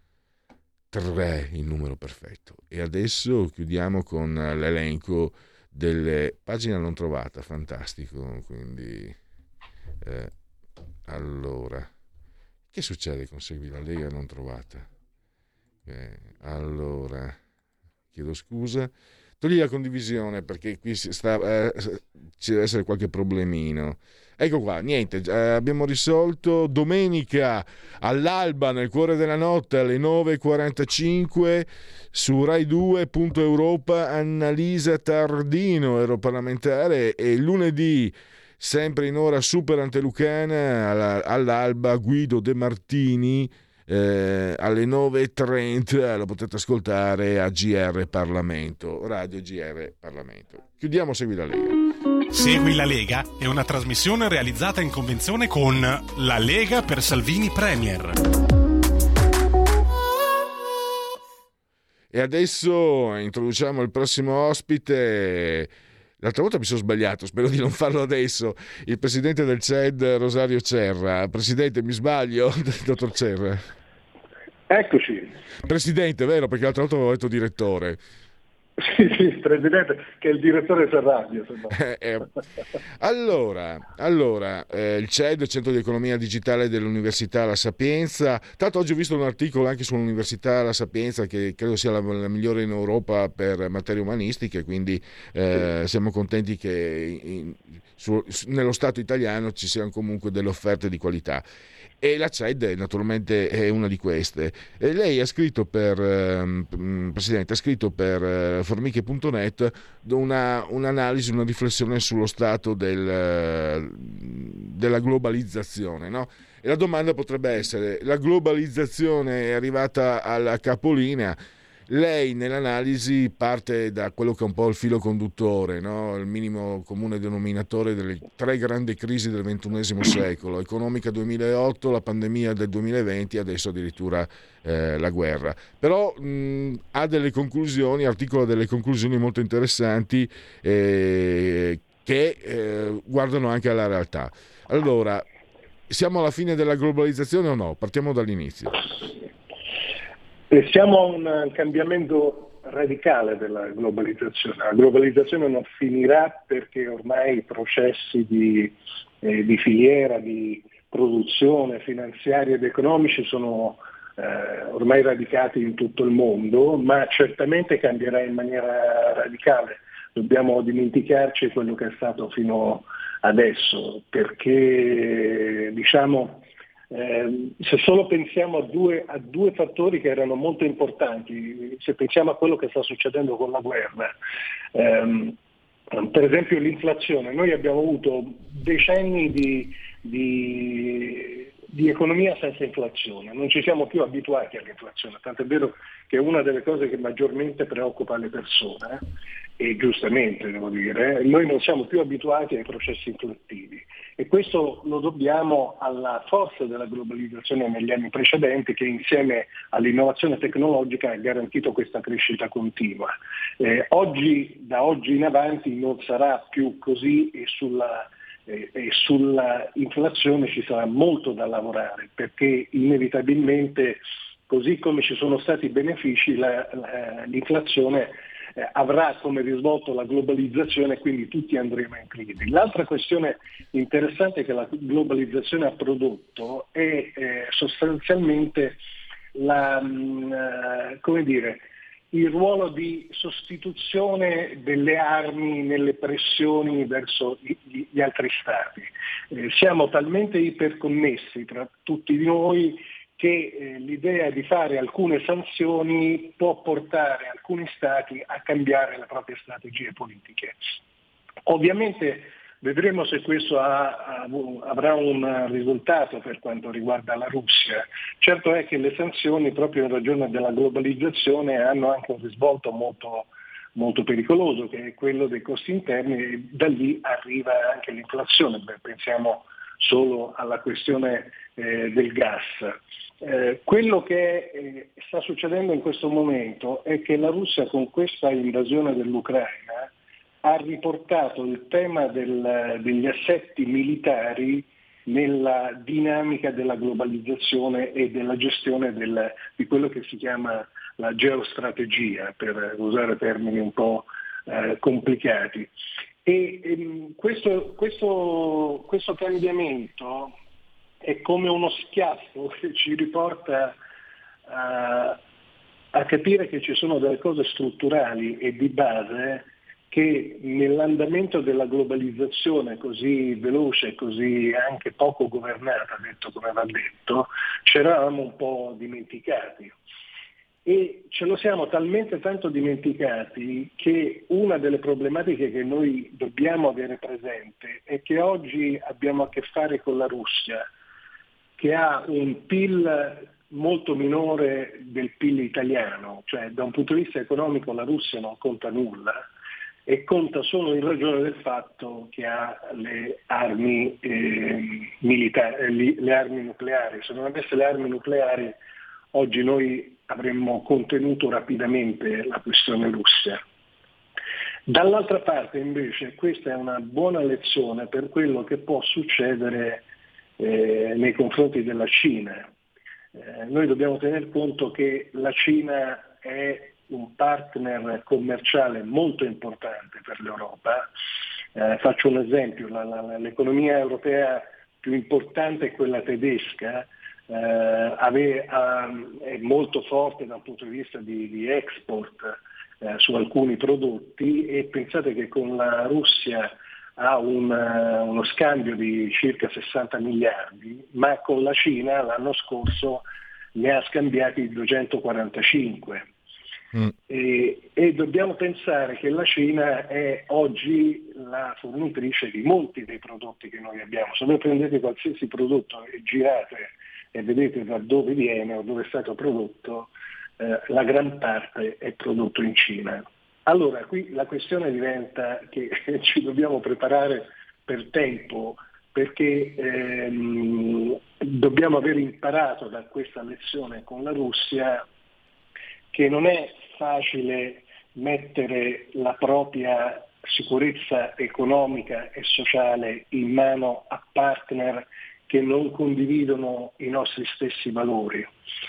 3 il numero perfetto. E adesso chiudiamo con l'elenco delle pagina non trovata, fantastico. Quindi allora, che succede con Segui la Lega non trovata? Allora, chiedo scusa, togli la condivisione perché qui ci deve essere qualche problemino. Ecco qua, niente, abbiamo risolto. Domenica all'alba, nel cuore della notte, alle 9:45 su Rai 2, Punto Europa, Annalisa Tardino, europarlamentare, e lunedì, sempre in ora super antelucana, all'alba, Guido De Martini, alle 9:30 lo potete ascoltare a GR Parlamento, Radio GR Parlamento. Chiudiamo Segui la Lega. Segui la Lega è una trasmissione realizzata in convenzione con La Lega per Salvini Premier. E adesso introduciamo il prossimo ospite. L'altra volta mi sono sbagliato, spero di non farlo adesso. Il presidente del CED, Rosario Cerra. Presidente, mi sbaglio, dottor Cerra? Eccoci. Presidente, vero? Perché l'altra volta avevo detto direttore. Sì, presidente, che è il direttore del radio. Allora, il CED, Centro di Economia Digitale dell'Università La Sapienza. Tanto oggi ho visto un articolo anche sull'Università La Sapienza che credo sia la migliore in Europa per materie umanistiche, quindi siamo contenti che nello Stato italiano ci siano comunque delle offerte di qualità. E la CED naturalmente è una di queste. E lei ha scritto Presidente, ha scritto per formiche.net un'analisi, una riflessione sullo stato della globalizzazione, no? E la domanda potrebbe essere: la globalizzazione è arrivata alla capolinea? Lei nell'analisi parte da quello che è un po' il filo conduttore, no? Il minimo comune denominatore delle tre grandi crisi del XXI secolo: economica 2008, la pandemia del 2020 e adesso addirittura la guerra. Però ha delle conclusioni, articola delle conclusioni molto interessanti che guardano anche alla realtà. Allora, siamo alla fine della globalizzazione o no? Partiamo dall'inizio. Siamo a un cambiamento radicale della globalizzazione. La globalizzazione non finirà perché ormai i processi di filiera, di produzione finanziaria ed economici sono ormai radicati in tutto il mondo, ma certamente cambierà in maniera radicale. Dobbiamo dimenticarci quello che è stato fino adesso, perché se solo pensiamo a due fattori che erano molto importanti, se pensiamo a quello che sta succedendo con la guerra, per esempio l'inflazione, noi abbiamo avuto decenni di economia senza inflazione, non ci siamo più abituati all'inflazione, tanto è vero che è una delle cose che maggiormente preoccupa le persone, e giustamente devo dire, noi non siamo più abituati ai processi inflattivi e questo lo dobbiamo alla forza della globalizzazione negli anni precedenti, che insieme all'innovazione tecnologica ha garantito questa crescita continua. Da oggi in avanti non sarà più così e sulla inflazione ci sarà molto da lavorare, perché inevitabilmente, così come ci sono stati benefici, l'inflazione avrà come risvolto la globalizzazione, quindi tutti andremo in crisi. L'altra questione interessante che la globalizzazione ha prodotto è sostanzialmente il ruolo di sostituzione delle armi nelle pressioni verso gli altri stati. Siamo talmente iperconnessi tra tutti noi che l'idea di fare alcune sanzioni può portare alcuni stati a cambiare le proprie strategie politiche. Ovviamente vedremo se questo avrà un risultato per quanto riguarda la Russia. Certo è che le sanzioni, proprio in ragione della globalizzazione, hanno anche un risvolto molto, molto pericoloso, che è quello dei costi interni, e da lì arriva anche l'inflazione. Pensiamo solo alla questione del gas. Quello che sta succedendo in questo momento è che la Russia, con questa invasione dell'Ucraina, ha riportato il tema degli assetti militari nella dinamica della globalizzazione e della gestione di quello che si chiama la geostrategia, per usare termini un po' complicati. E questo cambiamento è come uno schiaffo che ci riporta a capire che ci sono delle cose strutturali e di base che nell'andamento della globalizzazione così veloce, così anche poco governata, detto come va detto, ci eravamo un po' dimenticati. E ce lo siamo talmente tanto dimenticati che una delle problematiche che noi dobbiamo avere presente è che oggi abbiamo a che fare con la Russia, che ha un PIL molto minore del PIL italiano, cioè da un punto di vista economico la Russia non conta nulla e conta solo in ragione del fatto che ha le armi militari, le armi nucleari. Se non avesse le armi nucleari oggi noi avremmo contenuto rapidamente la questione Russia. Dall'altra parte invece questa è una buona lezione per quello che può succedere nei confronti della Cina. Noi dobbiamo tener conto che la Cina è un partner commerciale molto importante per l'Europa. Faccio un esempio, l'economia europea più importante è quella tedesca, è molto forte dal punto di vista di export su alcuni prodotti e pensate che con la Russia ha uno scambio di circa 60 miliardi, ma con la Cina l'anno scorso ne ha scambiati 245. E dobbiamo pensare che la Cina è oggi la fornitrice di molti dei prodotti che noi abbiamo. Se voi prendete qualsiasi prodotto e girate e vedete da dove viene o dove è stato prodotto, la gran parte è prodotto in Cina. Allora qui la questione diventa che ci dobbiamo preparare per tempo, perché dobbiamo aver imparato da questa lezione con la Russia che non è facile mettere la propria sicurezza economica e sociale in mano a partner che non condividono i nostri stessi valori.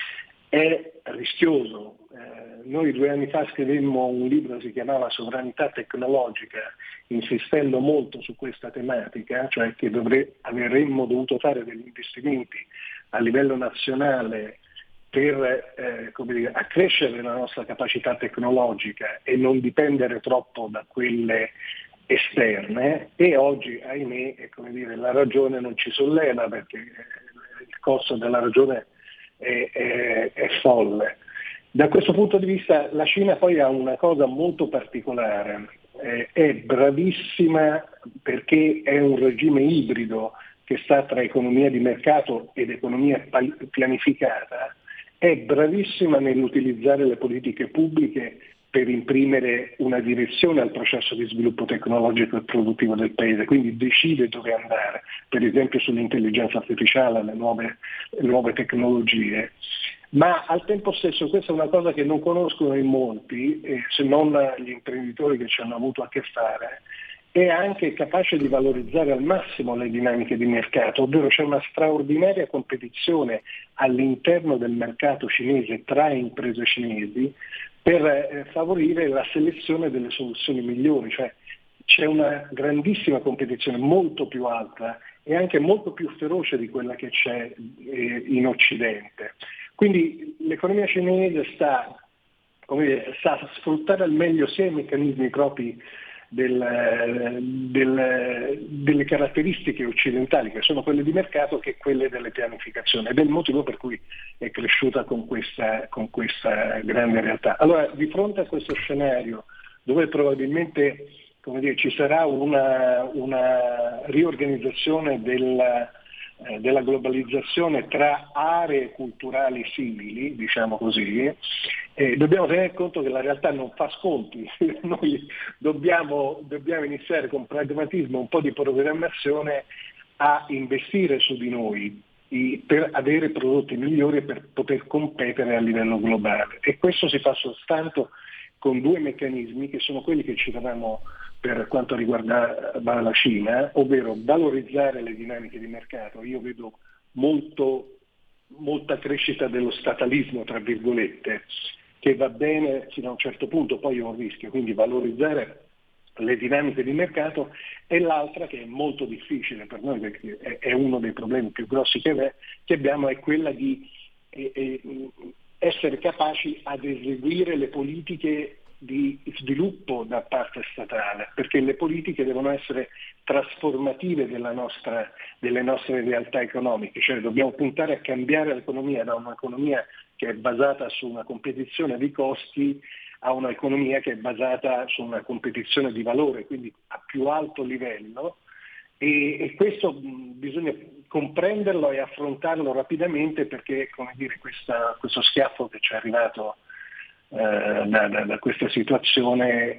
È rischioso. Noi 2 anni fa scrivemmo un libro che si chiamava Sovranità tecnologica, insistendo molto su questa tematica, cioè che avremmo dovuto fare degli investimenti a livello nazionale per accrescere la nostra capacità tecnologica e non dipendere troppo da quelle esterne, e oggi, ahimè, la ragione non ci solleva perché il costo della ragione è folle. Da questo punto di vista la Cina poi ha una cosa molto particolare, è bravissima perché è un regime ibrido che sta tra economia di mercato ed economia pianificata, è bravissima nell'utilizzare le politiche pubbliche per imprimere una direzione al processo di sviluppo tecnologico e produttivo del paese, quindi decide dove andare, per esempio sull'intelligenza artificiale, le nuove tecnologie. Ma al tempo stesso questa è una cosa che non conoscono in molti, se non gli imprenditori che ci hanno avuto a che fare, è anche capace di valorizzare al massimo le dinamiche di mercato, ovvero c'è una straordinaria competizione all'interno del mercato cinese tra imprese cinesi per favorire la selezione delle soluzioni migliori, cioè c'è una grandissima competizione molto più alta e anche molto più feroce di quella che c'è in Occidente. Quindi l'economia cinese sta a sfruttare al meglio sia i meccanismi propri delle caratteristiche occidentali, che sono quelle di mercato, che quelle delle pianificazioni, ed è il motivo per cui è cresciuta con questa grande realtà. Allora, di fronte a questo scenario dove probabilmente ci sarà una riorganizzazione della globalizzazione tra aree culturali simili, diciamo così, dobbiamo tenere conto che la realtà non fa sconti. Noi dobbiamo iniziare con pragmatismo, un po' di programmazione, a investire su di noi per avere prodotti migliori e per poter competere a livello globale. E questo si fa soltanto con 2 meccanismi che sono quelli che citavamo per quanto riguarda la Cina, ovvero valorizzare le dinamiche di mercato. Io vedo molta crescita dello statalismo, tra virgolette, che va bene fino a un certo punto, poi è un rischio, quindi valorizzare le dinamiche di mercato, e l'altra che è molto difficile per noi perché è uno dei problemi più grossi che abbiamo, è quella di essere capaci ad eseguire le politiche di sviluppo da parte statale, perché le politiche devono essere trasformative delle nostre realtà economiche, cioè dobbiamo puntare a cambiare l'economia da un'economia che è basata su una competizione di costi a un'economia che è basata su una competizione di valore, quindi a più alto livello, e questo bisogna comprenderlo e affrontarlo rapidamente, perché, come dire, questo schiaffo che ci è arrivato da questa situazione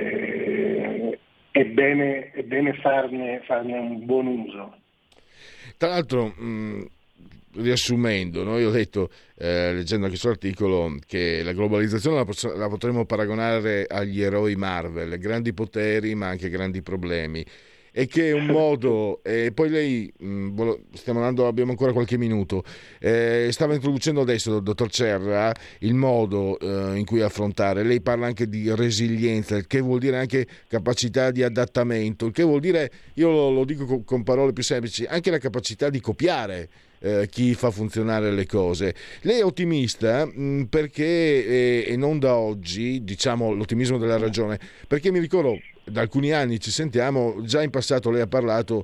è bene farne un buon uso. Tra l'altro, riassumendo, no? Io ho detto, leggendo anche questo articolo, che la globalizzazione la potremmo paragonare agli eroi Marvel, grandi poteri ma anche grandi problemi, e che è un modo, e poi lei, abbiamo ancora qualche minuto, stava introducendo adesso, dottor Cerra, il modo in cui affrontare. Lei parla anche di resilienza, il che vuol dire anche capacità di adattamento, il che vuol dire, io lo dico con parole più semplici, anche la capacità di copiare chi fa funzionare le cose. Lei è ottimista perché, e non da oggi, diciamo l'ottimismo della ragione, perché mi ricordo, da alcuni anni ci sentiamo, già in passato lei ha parlato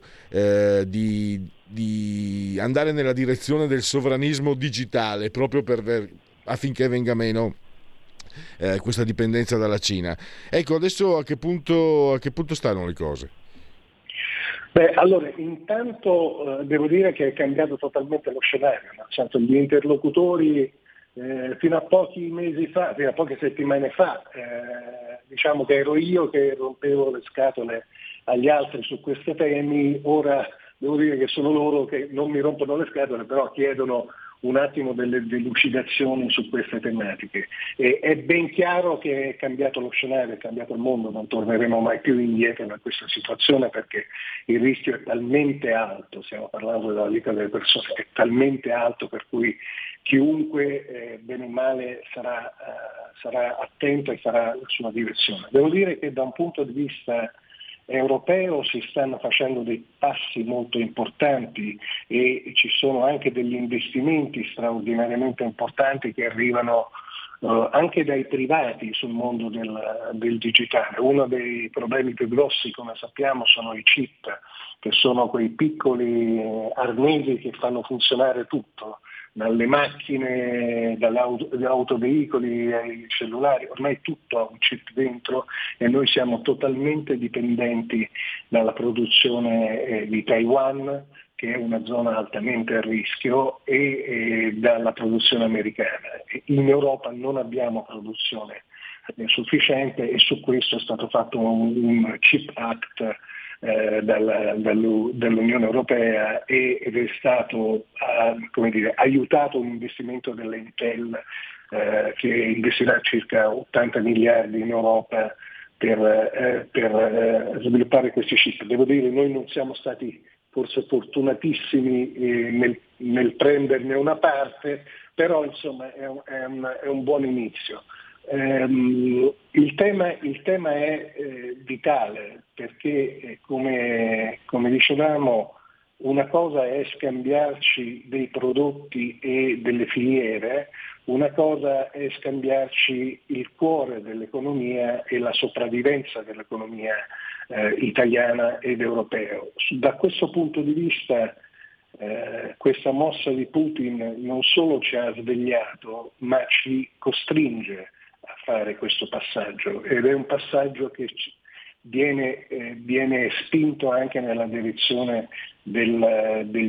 di andare nella direzione del sovranismo digitale, proprio affinché venga meno questa dipendenza dalla Cina. Ecco, adesso a che punto stanno le cose? Allora, intanto devo dire che è cambiato totalmente lo scenario, nel senso, gli interlocutori fino a poche settimane fa, diciamo che ero io che rompevo le scatole agli altri su questi temi, ora devo dire che sono loro che non mi rompono le scatole, però chiedono un attimo delle delucidazioni su queste tematiche. È ben chiaro che è cambiato lo scenario, è cambiato il mondo, non torneremo mai più indietro da questa situazione, perché il rischio è talmente alto, stiamo parlando della vita delle persone, è talmente alto per cui chiunque bene o male sarà attento e farà la sua direzione. Devo dire che da un punto di vista europeo si stanno facendo dei passi molto importanti e ci sono anche degli investimenti straordinariamente importanti che arrivano anche dai privati sul mondo del digitale. Uno dei problemi più grossi, come sappiamo, sono i chip, che sono quei piccoli arnesi che fanno funzionare tutto, dalle macchine, dagli autoveicoli ai cellulari, ormai tutto ha un chip dentro e noi siamo totalmente dipendenti dalla produzione di Taiwan, che è una zona altamente a rischio, e dalla produzione americana. In Europa non abbiamo produzione sufficiente e su questo è stato fatto un Chip Act dall'Unione Europea ed è stato aiutato un investimento dell'Intel che investirà circa 80 miliardi in Europa per sviluppare questi chip. Devo dire, noi non siamo stati forse fortunatissimi nel prenderne una parte, però insomma è un buon inizio. Il tema è vitale, perché come dicevamo, una cosa è scambiarci dei prodotti e delle filiere, una cosa è scambiarci il cuore dell'economia e la sopravvivenza dell'economia italiana ed europeo. Da questo punto di vista questa mossa di Putin non solo ci ha svegliato, ma ci costringe a fare questo passaggio, ed è un passaggio che viene spinto anche nella direzione degli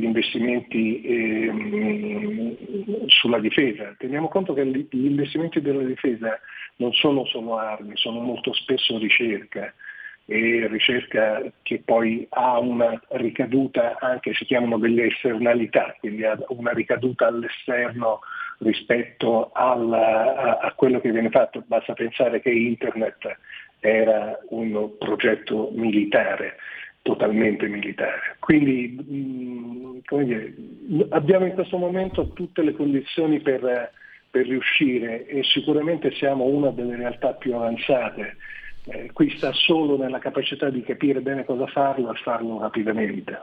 investimenti sulla difesa. Teniamo conto che gli investimenti della difesa non sono solo armi, sono molto spesso ricerca, e ricerca che poi ha una ricaduta anche, si chiamano delle esternalità, quindi ha una ricaduta all'esterno rispetto a quello che viene fatto. Basta pensare che Internet era un progetto militare, totalmente militare. Quindi abbiamo in questo momento tutte le condizioni per per riuscire, e sicuramente siamo una delle realtà più avanzate. Qui sta solo nella capacità di capire bene cosa farlo e farlo rapidamente.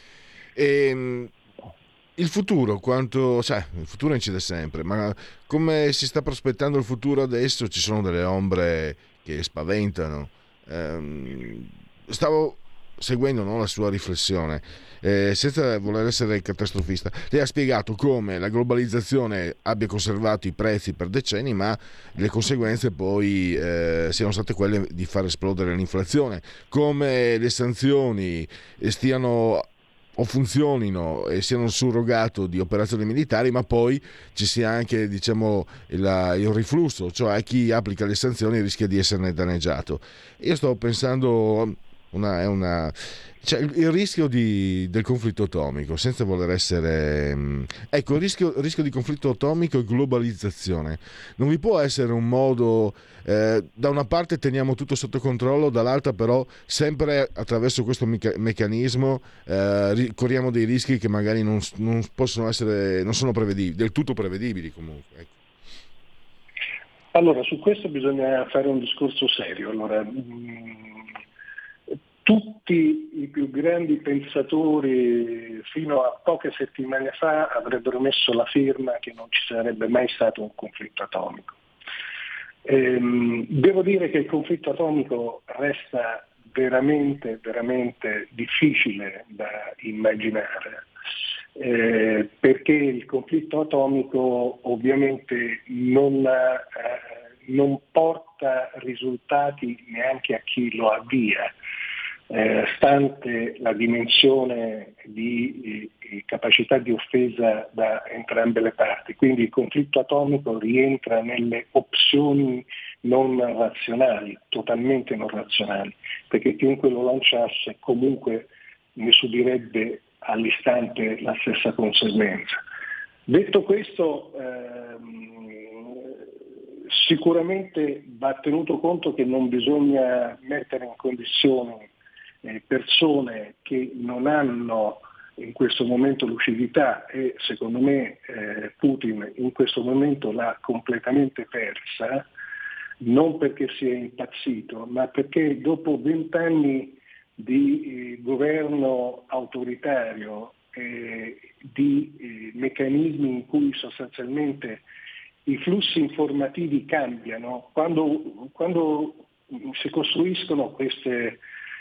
Il futuro, il futuro incide sempre, ma come si sta prospettando il futuro adesso? Ci sono delle ombre che spaventano. Stavo seguendo, no, la sua riflessione, senza voler essere catastrofista. Lei ha spiegato come la globalizzazione abbia conservato i prezzi per decenni, ma le conseguenze poi siano state quelle di far esplodere l'inflazione, come le sanzioni stiano o funzionino e siano un surrogato di operazioni militari, ma poi ci sia anche, diciamo, il riflusso, cioè chi applica le sanzioni rischia di esserne danneggiato. Io sto pensando cioè il rischio del conflitto atomico, senza voler essere ecco, il rischio di conflitto atomico e globalizzazione. Non vi può essere un modo, da una parte teniamo tutto sotto controllo, dall'altra però sempre attraverso questo meccanismo corriamo dei rischi che magari non possono essere, non sono del tutto prevedibili comunque, ecco. Allora, su questo bisogna fare un discorso serio. Allora, tutti i più grandi pensatori fino a poche settimane fa avrebbero messo la firma che non ci sarebbe mai stato un conflitto atomico. Devo dire che il conflitto atomico resta veramente, veramente difficile da immaginare, perché il conflitto atomico ovviamente non porta risultati neanche a chi lo avvia. Stante la dimensione di capacità di offesa da entrambe le parti. Quindi il conflitto atomico rientra nelle opzioni non razionali, totalmente non razionali, perché chiunque lo lanciasse comunque ne subirebbe all'istante la stessa conseguenza. Detto questo, sicuramente va tenuto conto che non bisogna mettere in condizione persone che non hanno in questo momento lucidità, e secondo me Putin in questo momento l'ha completamente persa, non perché sia impazzito, ma perché dopo 20 anni di governo autoritario, di meccanismi in cui sostanzialmente i flussi informativi cambiano, quando si costruiscono queste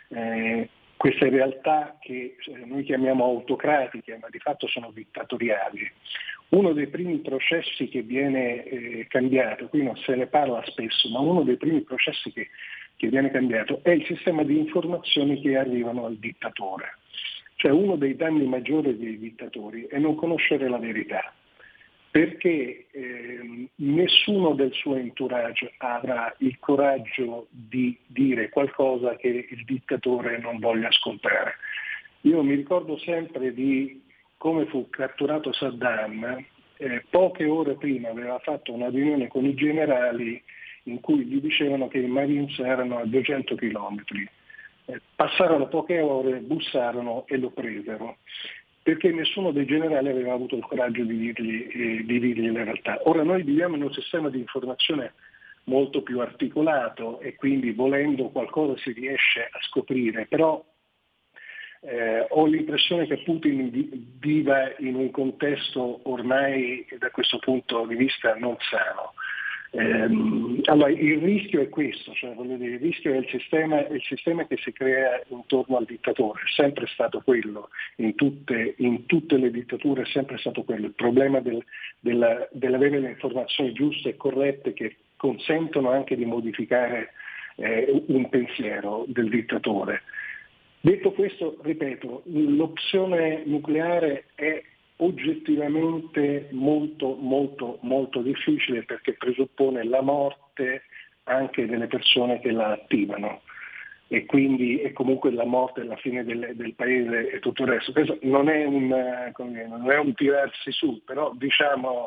realtà che noi chiamiamo autocratiche, ma di fatto sono dittatoriali. Uno dei primi processi che viene cambiato, qui non se ne parla spesso, ma uno dei primi processi che viene cambiato è il sistema di informazioni che arrivano al dittatore. Cioè uno dei danni maggiori dei dittatori è non conoscere la verità, perché nessuno del suo entourage avrà il coraggio di dire qualcosa che il dittatore non voglia ascoltare. Io mi ricordo sempre di come fu catturato Saddam. Poche ore prima aveva fatto una riunione con i generali in cui gli dicevano che i Marines erano a 200 chilometri. Passarono poche ore, bussarono e lo presero, perché nessuno dei generali aveva avuto il coraggio di dirgli la realtà. Ora noi viviamo in un sistema di informazione molto più articolato e quindi volendo qualcosa si riesce a scoprire, però ho l'impressione che Putin viva in un contesto ormai da questo punto di vista non sano. Allora il rischio è questo, cioè voglio dire, il rischio è il sistema che si crea intorno al dittatore, è sempre stato quello, in tutte le dittature è sempre stato quello, il problema dell'avere le informazioni giuste e corrette che consentono anche di modificare un pensiero del dittatore. Detto questo, ripeto, l'opzione nucleare è oggettivamente molto molto molto difficile, perché presuppone la morte anche delle persone che la attivano e quindi è comunque la morte e la fine del paese e tutto il resto. Questo non è un tirarsi su, però diciamo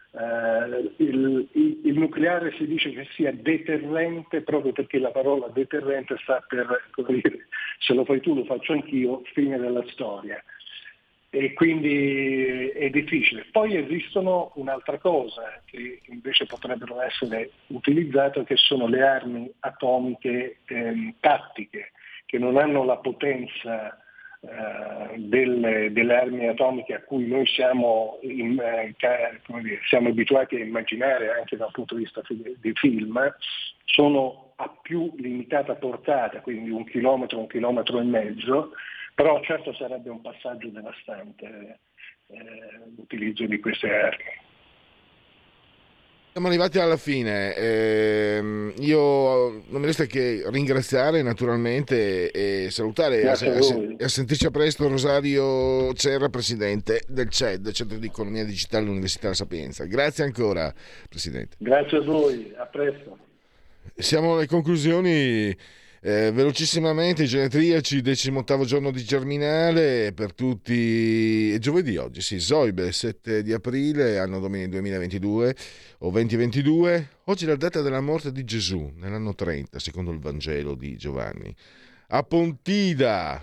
il nucleare si dice che sia deterrente proprio perché la parola deterrente sta per, come dire, se lo fai tu lo faccio anch'io, fine della storia. e quindi è difficile. Poi esistono un'altra cosa che invece potrebbero essere utilizzate, che sono le armi atomiche tattiche, che non hanno la potenza delle armi atomiche a cui noi siamo abituati a immaginare anche dal punto di vista di film, sono a più limitata portata, quindi 1 chilometro, 1,5 chilometri, però certo sarebbe un passaggio devastante l'utilizzo di queste armi. Siamo arrivati alla fine, io non mi resta che ringraziare naturalmente e salutare e a sentirci a presto Rosario Cerra, presidente del CED, Centro di Economia Digitale dell'Università La Sapienza. Grazie ancora, presidente. Grazie a voi, a presto. Siamo alle conclusioni. Velocissimamente, i genetriaci, 18° giorno di Germinale per tutti, è giovedì oggi, sì, Zoibe, 7 di aprile, anno domini 2022 o 2022. Oggi è la data della morte di Gesù, nell'anno 30, secondo il Vangelo di Giovanni. A Pontida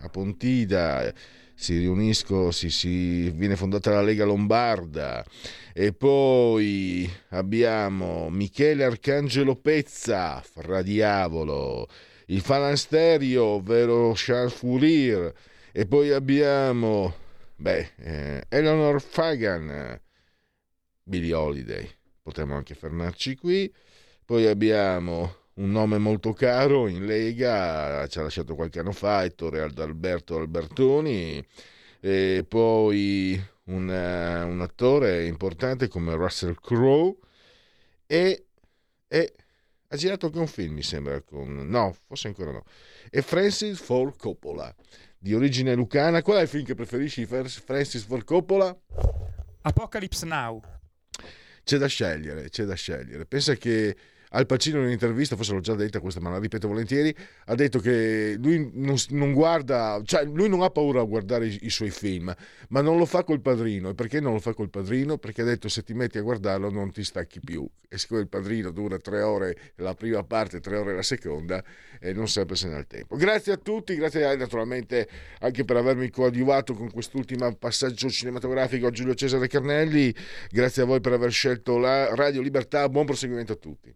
viene fondata la Lega Lombarda. E poi abbiamo Michele Arcangelo Pezza, Fradiavolo, il Falansterio, ovvero Charles Fourier, e poi abbiamo Eleanor Fagan, Billie Holiday, potremmo anche fermarci qui. Poi abbiamo un nome molto caro in Lega, ci ha lasciato qualche anno fa, Ettore Alberto Albertoni, e poi un attore importante come Russell Crowe e ha girato anche un film, mi sembra, forse ancora no, e Francis Ford Coppola, di origine lucana. Qual è il film che preferisci, Francis Ford Coppola? Apocalypse Now. C'è da scegliere. Pensa che Al Pacino in un'intervista, forse l'ho già detta questa ma la ripeto volentieri, ha detto che lui non guarda, cioè lui non ha paura a guardare i suoi film, ma non lo fa col Padrino. E perché non lo fa col Padrino? Perché ha detto: se ti metti a guardarlo non ti stacchi più, e siccome il Padrino dura 3 ore la prima parte, 3 ore la seconda, e non sempre se ne ha il tempo. Grazie a tutti, grazie naturalmente anche per avermi coadiuvato con quest'ultimo passaggio cinematografico a Giulio Cesare Carnelli. Grazie a voi per aver scelto la Radio Libertà, buon proseguimento a tutti.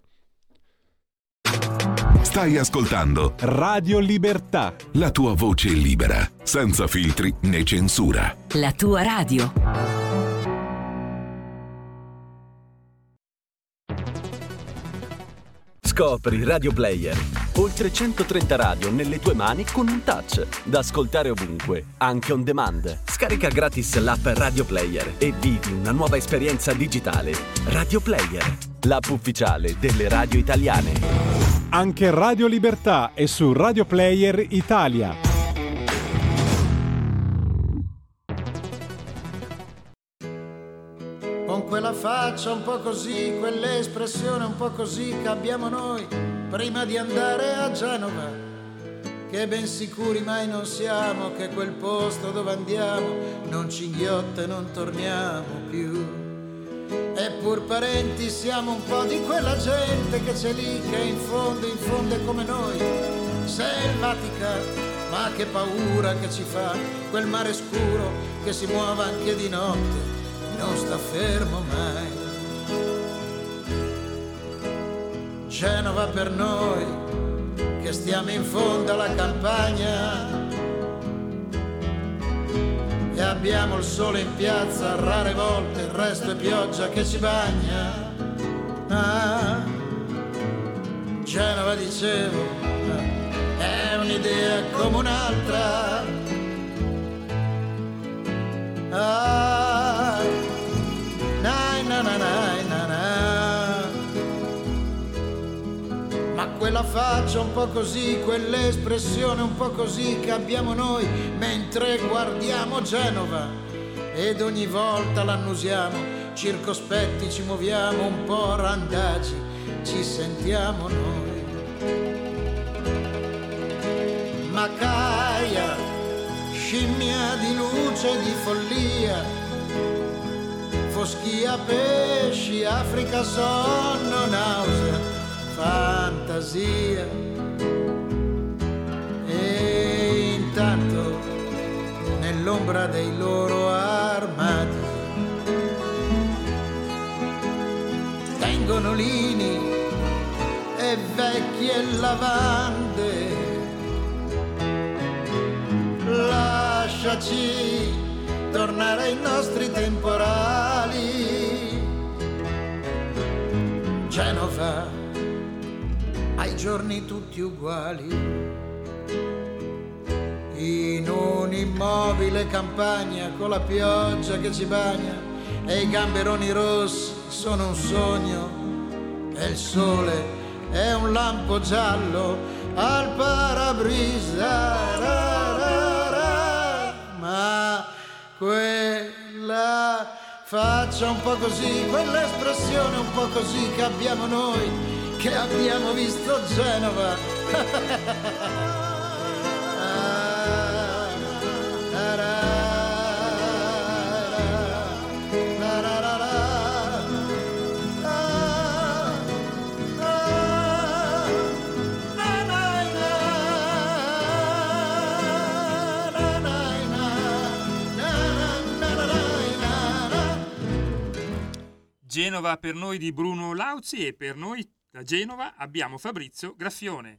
Stai ascoltando Radio Libertà, la tua voce libera, senza filtri né censura. La tua radio. Scopri Radio Player. Oltre 130 radio nelle tue mani con un touch, da ascoltare ovunque, anche on demand. Scarica gratis l'app Radio Player e vivi una nuova esperienza digitale. Radio Player, l'app ufficiale delle radio italiane. Anche Radio Libertà è su Radio Player Italia. Con quella faccia un po' così, quell'espressione un po' così che abbiamo noi prima di andare a Genova, che ben sicuri mai non siamo che quel posto dove andiamo non ci inghiotta e non torniamo più. Eppur parenti siamo un po' di quella gente che c'è lì, che in fondo è come noi, selvatica, ma che paura che ci fa quel mare scuro che si muove anche di notte, non sta fermo mai. Genova per noi che stiamo in fondo alla campagna e abbiamo il sole in piazza, rare volte il resto è pioggia che ci bagna. Genova, dicevo, è un'idea come un'altra. Ma quella faccia un po' così, quell'espressione un po' così che abbiamo noi mentre guardiamo Genova, ed ogni volta l'annusiamo, circospetti ci muoviamo un po' randagi, ci sentiamo noi. Macaia, scimmia di luce e di follia, foschia, pesci, Africa, sonno, nausea, fantasia. E intanto nel nell'ombra dei loro armadi. Tengono lini e vecchie lavande. Lasciaci tornare ai nostri temporali. Genova, ai giorni tutti uguali. In un'immobile campagna con la pioggia che ci bagna e i gamberoni rossi sono un sogno e il sole è un lampo giallo al parabrisa. Ma quella faccia un po' così, quell'espressione un po' così che abbiamo noi, che abbiamo visto Genova. Genova per noi di Bruno Lauzi, e per noi da Genova abbiamo Fabrizio Graffione.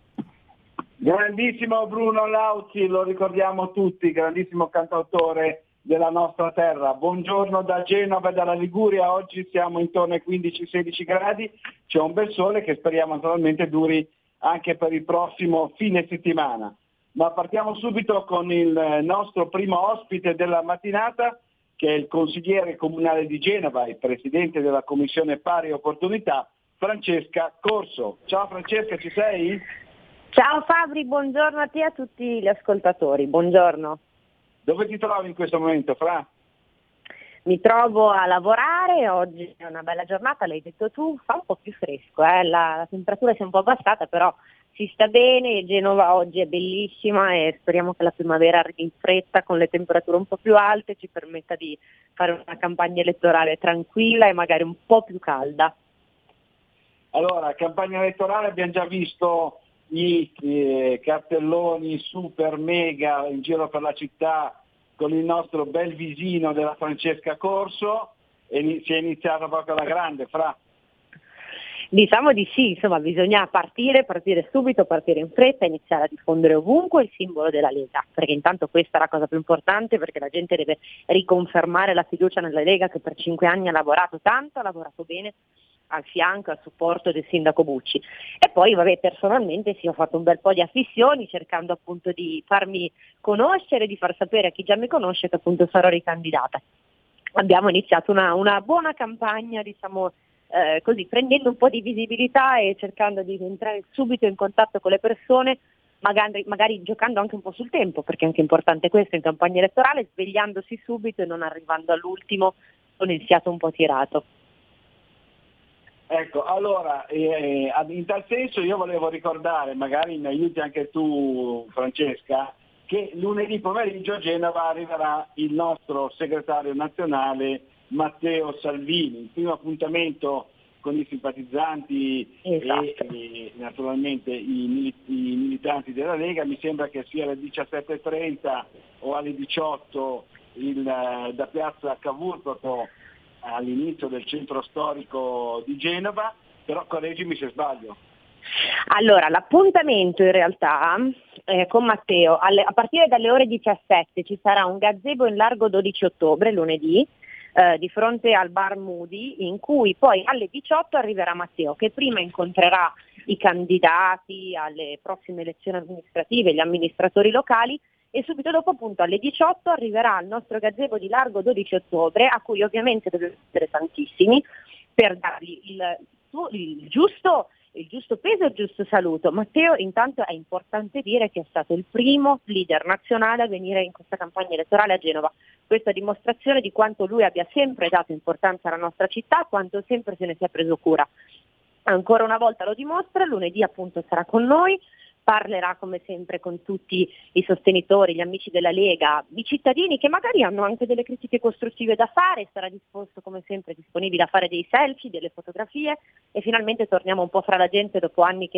Grandissimo Bruno Lauzi, lo ricordiamo tutti, grandissimo cantautore della nostra terra. Buongiorno da Genova e dalla Liguria, oggi siamo intorno ai 15-16 gradi, c'è un bel sole che speriamo naturalmente duri anche per il prossimo fine settimana. Ma partiamo subito con il nostro primo ospite della mattinata, che è il consigliere comunale di Genova e presidente della Commissione Pari Opportunità, Francesca Corso. Ciao Francesca, ci sei? Ciao Fabri, buongiorno a te e a tutti gli ascoltatori, buongiorno. Dove ti trovi in questo momento, Fra? Mi trovo a lavorare, oggi è una bella giornata, l'hai detto tu, fa un po' più fresco, la temperatura si è un po' abbassata, però si sta bene, Genova oggi è bellissima e speriamo che la primavera arrivi in fretta con le temperature un po' più alte, ci permetta di fare una campagna elettorale tranquilla e magari un po' più calda. Allora, campagna elettorale, abbiamo già visto i cartelloni super mega in giro per la città con il nostro bel visino della Francesca Corso e si è iniziata proprio alla grande, Fra. Diciamo di sì, insomma bisogna partire subito, partire in fretta, iniziare a diffondere ovunque il simbolo della Lega, perché intanto questa è la cosa più importante, perché la gente deve riconfermare la fiducia nella Lega che per 5 anni ha lavorato tanto, ha lavorato bene al fianco, al supporto del sindaco Bucci. E poi personalmente sì, ho fatto un bel po' di affissioni cercando appunto di farmi conoscere, di far sapere a chi già mi conosce che appunto sarò ricandidata. Abbiamo iniziato una buona campagna, diciamo, così prendendo un po' di visibilità e cercando di entrare subito in contatto con le persone, magari giocando anche un po' sul tempo, perché è anche importante questo in campagna elettorale, svegliandosi subito e non arrivando all'ultimo con il fiato un po' tirato. Ecco, allora, in tal senso io volevo ricordare, magari mi aiuti anche tu Francesca, che lunedì pomeriggio a Genova arriverà il nostro segretario nazionale Matteo Salvini, il primo appuntamento con i simpatizzanti e naturalmente i militanti della Lega, mi sembra che sia alle 17:30 o alle 18 da piazza Cavour, proprio all'inizio del centro storico di Genova, però correggimi se sbaglio. Allora, l'appuntamento in realtà con Matteo, a partire dalle ore 17 ci sarà un gazebo in largo 12 ottobre, lunedì, di fronte al bar Moody, in cui poi alle 18 arriverà Matteo, che prima incontrerà i candidati alle prossime elezioni amministrative, gli amministratori locali, e subito dopo appunto alle 18 arriverà al nostro gazebo di largo 12 ottobre, a cui ovviamente devono essere tantissimi, per dargli il giusto peso e il giusto saluto. Matteo intanto è importante dire che è stato il primo leader nazionale a venire in questa campagna elettorale a Genova. Questa dimostrazione di quanto lui abbia sempre dato importanza alla nostra città, quanto sempre se ne sia preso cura. Ancora una volta lo dimostra, lunedì appunto sarà con noi, parlerà come sempre con tutti i sostenitori, gli amici della Lega, i cittadini che magari hanno anche delle critiche costruttive da fare, sarà disposto come sempre, disponibile a fare dei selfie, delle fotografie, e finalmente torniamo un po' fra la gente dopo anni che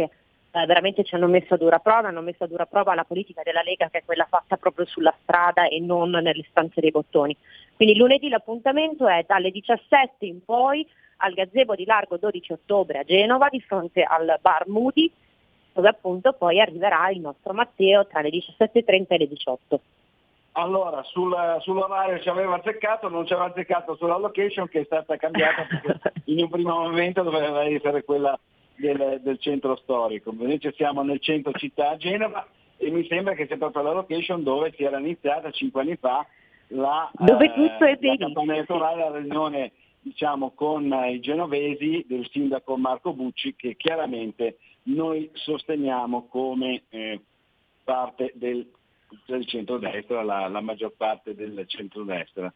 veramente ci hanno messo a dura prova la politica della Lega, che è quella fatta proprio sulla strada e non nelle stanze dei bottoni. Quindi lunedì l'appuntamento è dalle 17 in poi al gazebo di largo 12 ottobre a Genova, di fronte al bar Moody, dove appunto poi arriverà il nostro Matteo tra le 17.30 e le 18. Allora, sull'orario ci aveva azzeccato, non ci aveva azzeccato sulla location, che è stata cambiata perché in un primo momento doveva essere quella del centro storico. Invece siamo nel centro città a Genova e mi sembra che sia proprio la location dove si era iniziata 5 anni fa dove tutto è la campagna elettorale, la riunione diciamo con i genovesi del sindaco Marco Bucci, che chiaramente noi sosteniamo come parte del centrodestra, la maggior parte del centrodestra.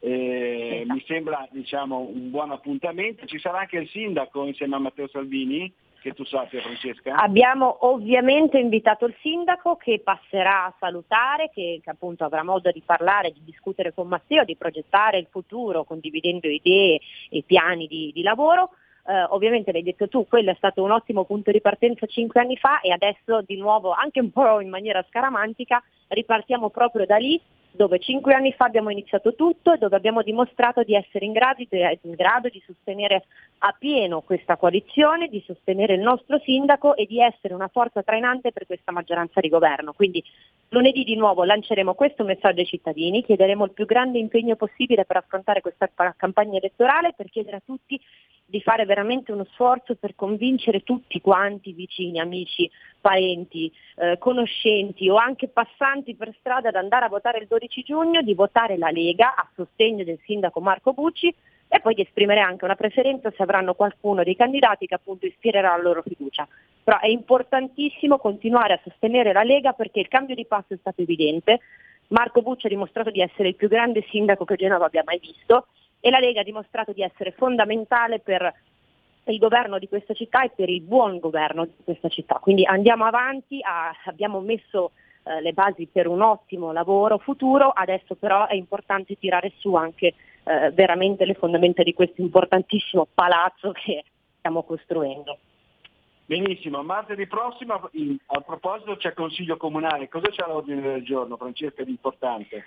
Mi sembra diciamo un buon appuntamento. Ci sarà anche il sindaco insieme a Matteo Salvini, che tu sappia, Francesca? Abbiamo ovviamente invitato il sindaco, che passerà a salutare, che appunto avrà modo di parlare, di discutere con Matteo, di progettare il futuro condividendo idee e piani di lavoro. Ovviamente l'hai detto tu, quello è stato un ottimo punto di partenza 5 anni fa e adesso di nuovo, anche un po' in maniera scaramantica, ripartiamo proprio da lì, dove 5 anni fa abbiamo iniziato tutto e dove abbiamo dimostrato di essere in grado di sostenere a pieno questa coalizione, di sostenere il nostro sindaco e di essere una forza trainante per questa maggioranza di governo. Quindi lunedì di nuovo lanceremo questo messaggio ai cittadini, chiederemo il più grande impegno possibile per affrontare questa campagna elettorale, per chiedere a tutti di fare veramente uno sforzo per convincere tutti quanti, vicini, amici, parenti, conoscenti o anche passanti per strada, ad andare a votare il 12 giugno, di votare la Lega a sostegno del sindaco Marco Bucci e poi di esprimere anche una preferenza se avranno qualcuno dei candidati che appunto ispirerà la loro fiducia. Però è importantissimo continuare a sostenere la Lega, perché il cambio di passo è stato evidente. Marco Bucci ha dimostrato di essere il più grande sindaco che Genova abbia mai visto e la Lega ha dimostrato di essere fondamentale per il governo di questa città e per il buon governo di questa città. Quindi andiamo avanti, abbiamo messo le basi per un ottimo lavoro futuro, adesso però è importante tirare su anche veramente le fondamenta di questo importantissimo palazzo che stiamo costruendo. Benissimo, martedì prossimo a proposito c'è Consiglio Comunale, cosa c'è all'ordine del giorno, Francesca, di importante?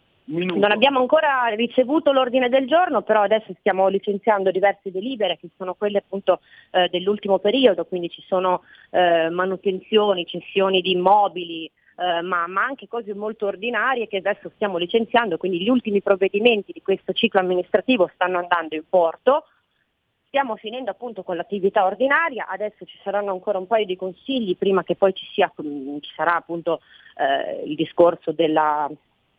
Non abbiamo ancora ricevuto l'ordine del giorno, però adesso stiamo licenziando diverse delibere che sono quelle appunto dell'ultimo periodo, quindi ci sono manutenzioni, cessioni di immobili, ma anche cose molto ordinarie che adesso stiamo licenziando, quindi gli ultimi provvedimenti di questo ciclo amministrativo stanno andando in porto. Stiamo finendo appunto con l'attività ordinaria, adesso ci saranno ancora un paio di consigli prima che poi ci sarà appunto il discorso della...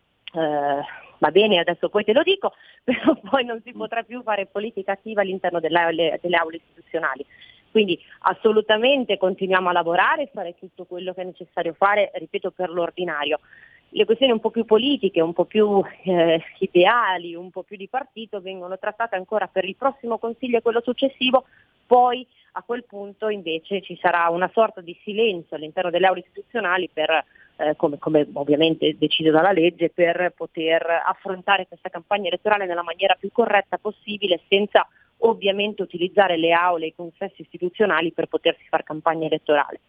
va bene, adesso poi te lo dico, però poi non si potrà più fare politica attiva all'interno delle aule istituzionali. Quindi assolutamente continuiamo a lavorare, fare tutto quello che è necessario fare, ripeto, per l'ordinario. Le questioni un po' più politiche, un po' più ideali, un po' più di partito vengono trattate ancora per il prossimo Consiglio e quello successivo, poi a quel punto invece ci sarà una sorta di silenzio all'interno delle aule istituzionali per come ovviamente deciso dalla legge, per poter affrontare questa campagna elettorale nella maniera più corretta possibile, senza ovviamente utilizzare le aule e i consessi istituzionali per potersi fare campagna elettorale.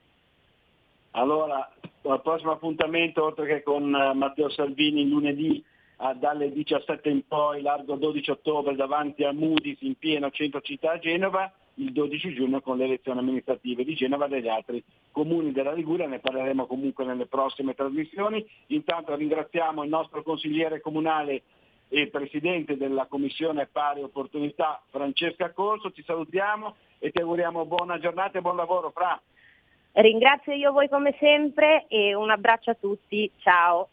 Allora, al prossimo appuntamento, oltre che con Matteo Salvini lunedì dalle 17 in poi, largo 12 ottobre, davanti a Moody's in pieno centro città a Genova, il 12 giugno con le elezioni amministrative di Genova e degli altri comuni della Liguria, ne parleremo comunque nelle prossime trasmissioni. Intanto ringraziamo il nostro consigliere comunale e presidente della Commissione Pari Opportunità, Francesca Corso, ci salutiamo e ti auguriamo buona giornata e buon lavoro, Fra. Ringrazio io voi come sempre e un abbraccio a tutti, ciao.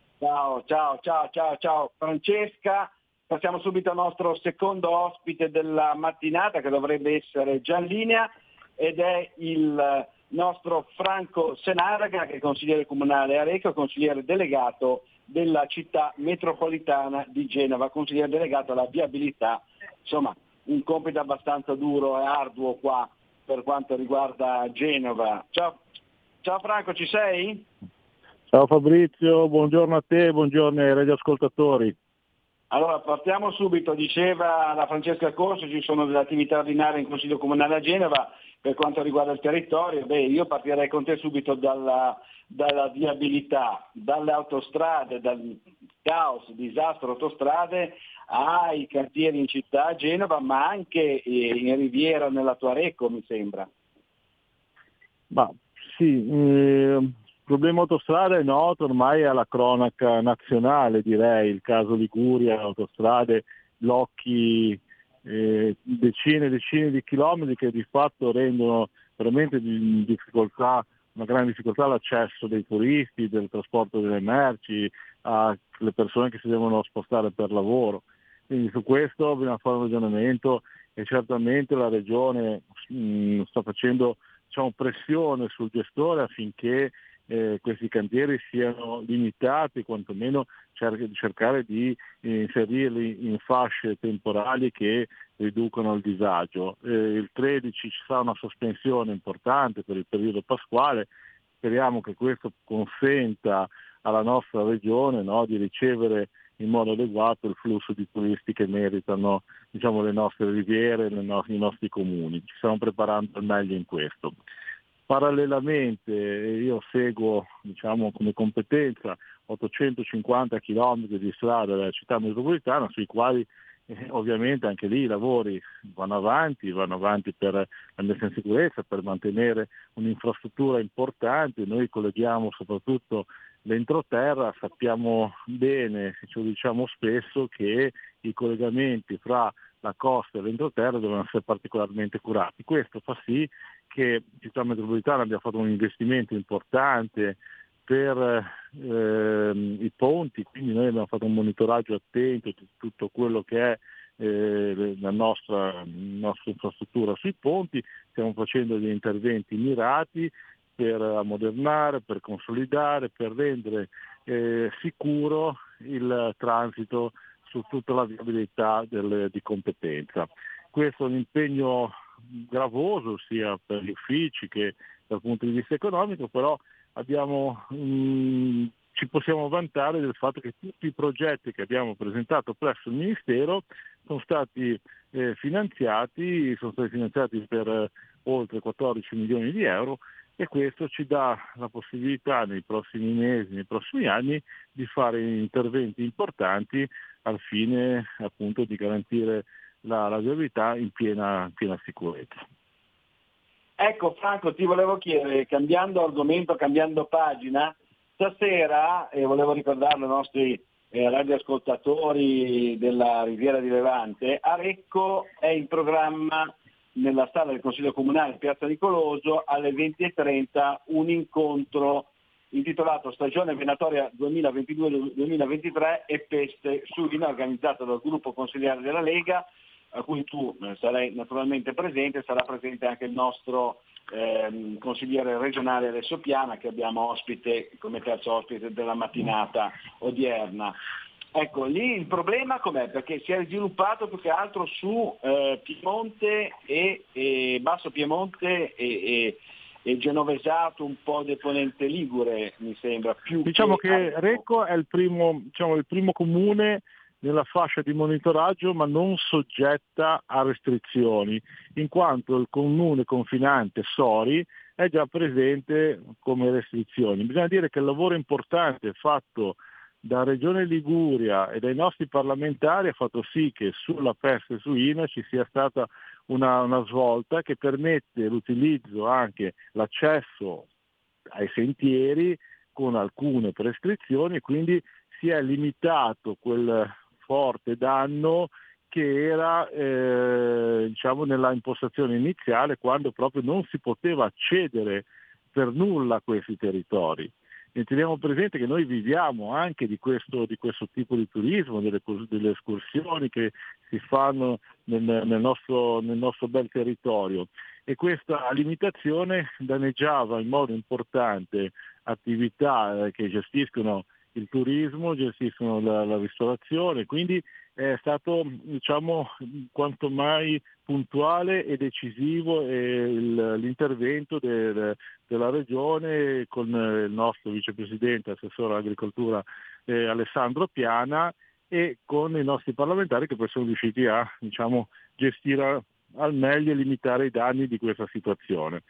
Ciao Francesca. Passiamo subito al nostro secondo ospite della mattinata, che dovrebbe essere già in linea, ed è il nostro Franco Senaraga, che è consigliere comunale a Recco, consigliere delegato della città metropolitana di Genova, consigliere delegato alla viabilità. Insomma, un compito abbastanza duro e arduo qua per quanto riguarda Genova. Ciao Franco, ci sei? Ciao Fabrizio, buongiorno a te, buongiorno ai radioascoltatori. Allora, partiamo subito. Diceva la Francesca Corso, ci sono delle attività ordinarie in Consiglio Comunale a Genova, per quanto riguarda il territorio, io partirei con te subito dalla viabilità, dalle autostrade, dal caos, disastro autostrade, ai cantieri in città a Genova, ma anche in Riviera nella Tuareco, mi sembra. Ma sì, il problema autostrade è noto ormai alla cronaca nazionale, direi, il caso Liguria, autostrade, blocchi, decine e decine di chilometri che di fatto rendono veramente una grande difficoltà l'accesso dei turisti, del trasporto delle merci, alle persone che si devono spostare per lavoro. Quindi su questo bisogna fare un ragionamento e certamente la Regione sta facendo pressione sul gestore affinché questi cantieri siano limitati, quantomeno cercare di inserirli in fasce temporali che riducono il disagio. Il 13 ci sarà una sospensione importante per il periodo pasquale, speriamo che questo consenta alla nostra regione, no, di ricevere in modo adeguato il flusso di turisti che meritano, le nostre riviere, i nostri comuni. Ci stiamo preparando al meglio in questo. Parallelamente io seguo come competenza 850 km di strada della città metropolitana, sui quali ovviamente anche lì i lavori vanno avanti per la messa in sicurezza, per mantenere un'infrastruttura importante. Noi colleghiamo soprattutto l'entroterra, sappiamo bene, ce lo diciamo spesso, che i collegamenti fra la costa e l'entroterra devono essere particolarmente curati. Questo fa sì che Città Metropolitana abbia fatto un investimento importante per i ponti, quindi noi abbiamo fatto un monitoraggio attento di tutto quello che è la nostra infrastruttura sui ponti, stiamo facendo degli interventi mirati per ammodernare, per consolidare, per rendere sicuro il transito su tutta la viabilità di competenza. Questo è un impegno gravoso sia per gli uffici che dal punto di vista economico, però ci possiamo vantare del fatto che tutti i progetti che abbiamo presentato presso il Ministero sono stati finanziati per oltre 14 milioni di euro, e questo ci dà la possibilità nei prossimi mesi, nei prossimi anni, di fare interventi importanti al fine appunto di garantire la viabilità in piena sicurezza. Ecco Franco, ti volevo chiedere, cambiando argomento, cambiando pagina, stasera, e volevo ricordarlo ai nostri radioascoltatori della Riviera di Levante, a Recco è in programma nella sala del Consiglio Comunale Piazza Nicoloso alle 20:30 un incontro intitolato Stagione venatoria 2022-2023 e peste suina, organizzato dal gruppo consigliare della Lega, a cui tu sarai naturalmente presente. Sarà presente anche il nostro consigliere regionale Alessio Piana, che abbiamo ospite come terzo ospite della mattinata odierna. Ecco, lì il problema com'è? Perché si è sviluppato più che altro su Piemonte e Basso Piemonte e Genovesato, un po' deponente ligure, mi sembra. Diciamo che Recco è il primo comune nella fascia di monitoraggio, ma non soggetta a restrizioni, in quanto il comune confinante Sori è già presente come restrizioni. Bisogna dire che il lavoro importante fatto da Regione Liguria e dai nostri parlamentari ha fatto sì che sulla peste suina ci sia stata una svolta che permette l'utilizzo, anche l'accesso ai sentieri con alcune prescrizioni, e quindi si è limitato quel forte danno che era nella impostazione iniziale, quando proprio non si poteva accedere per nulla a questi territori. E teniamo presente che noi viviamo anche di questo tipo di turismo, delle escursioni che si fanno nel nostro bel territorio, e questa limitazione danneggiava in modo importante attività che gestiscono il turismo, gestiscono la ristorazione, quindi è stato quanto mai puntuale e decisivo l'intervento della Regione con il nostro vicepresidente, assessore all'agricoltura Alessandro Piana, e con i nostri parlamentari che poi sono riusciti a gestire al meglio limitare i danni di questa situazione.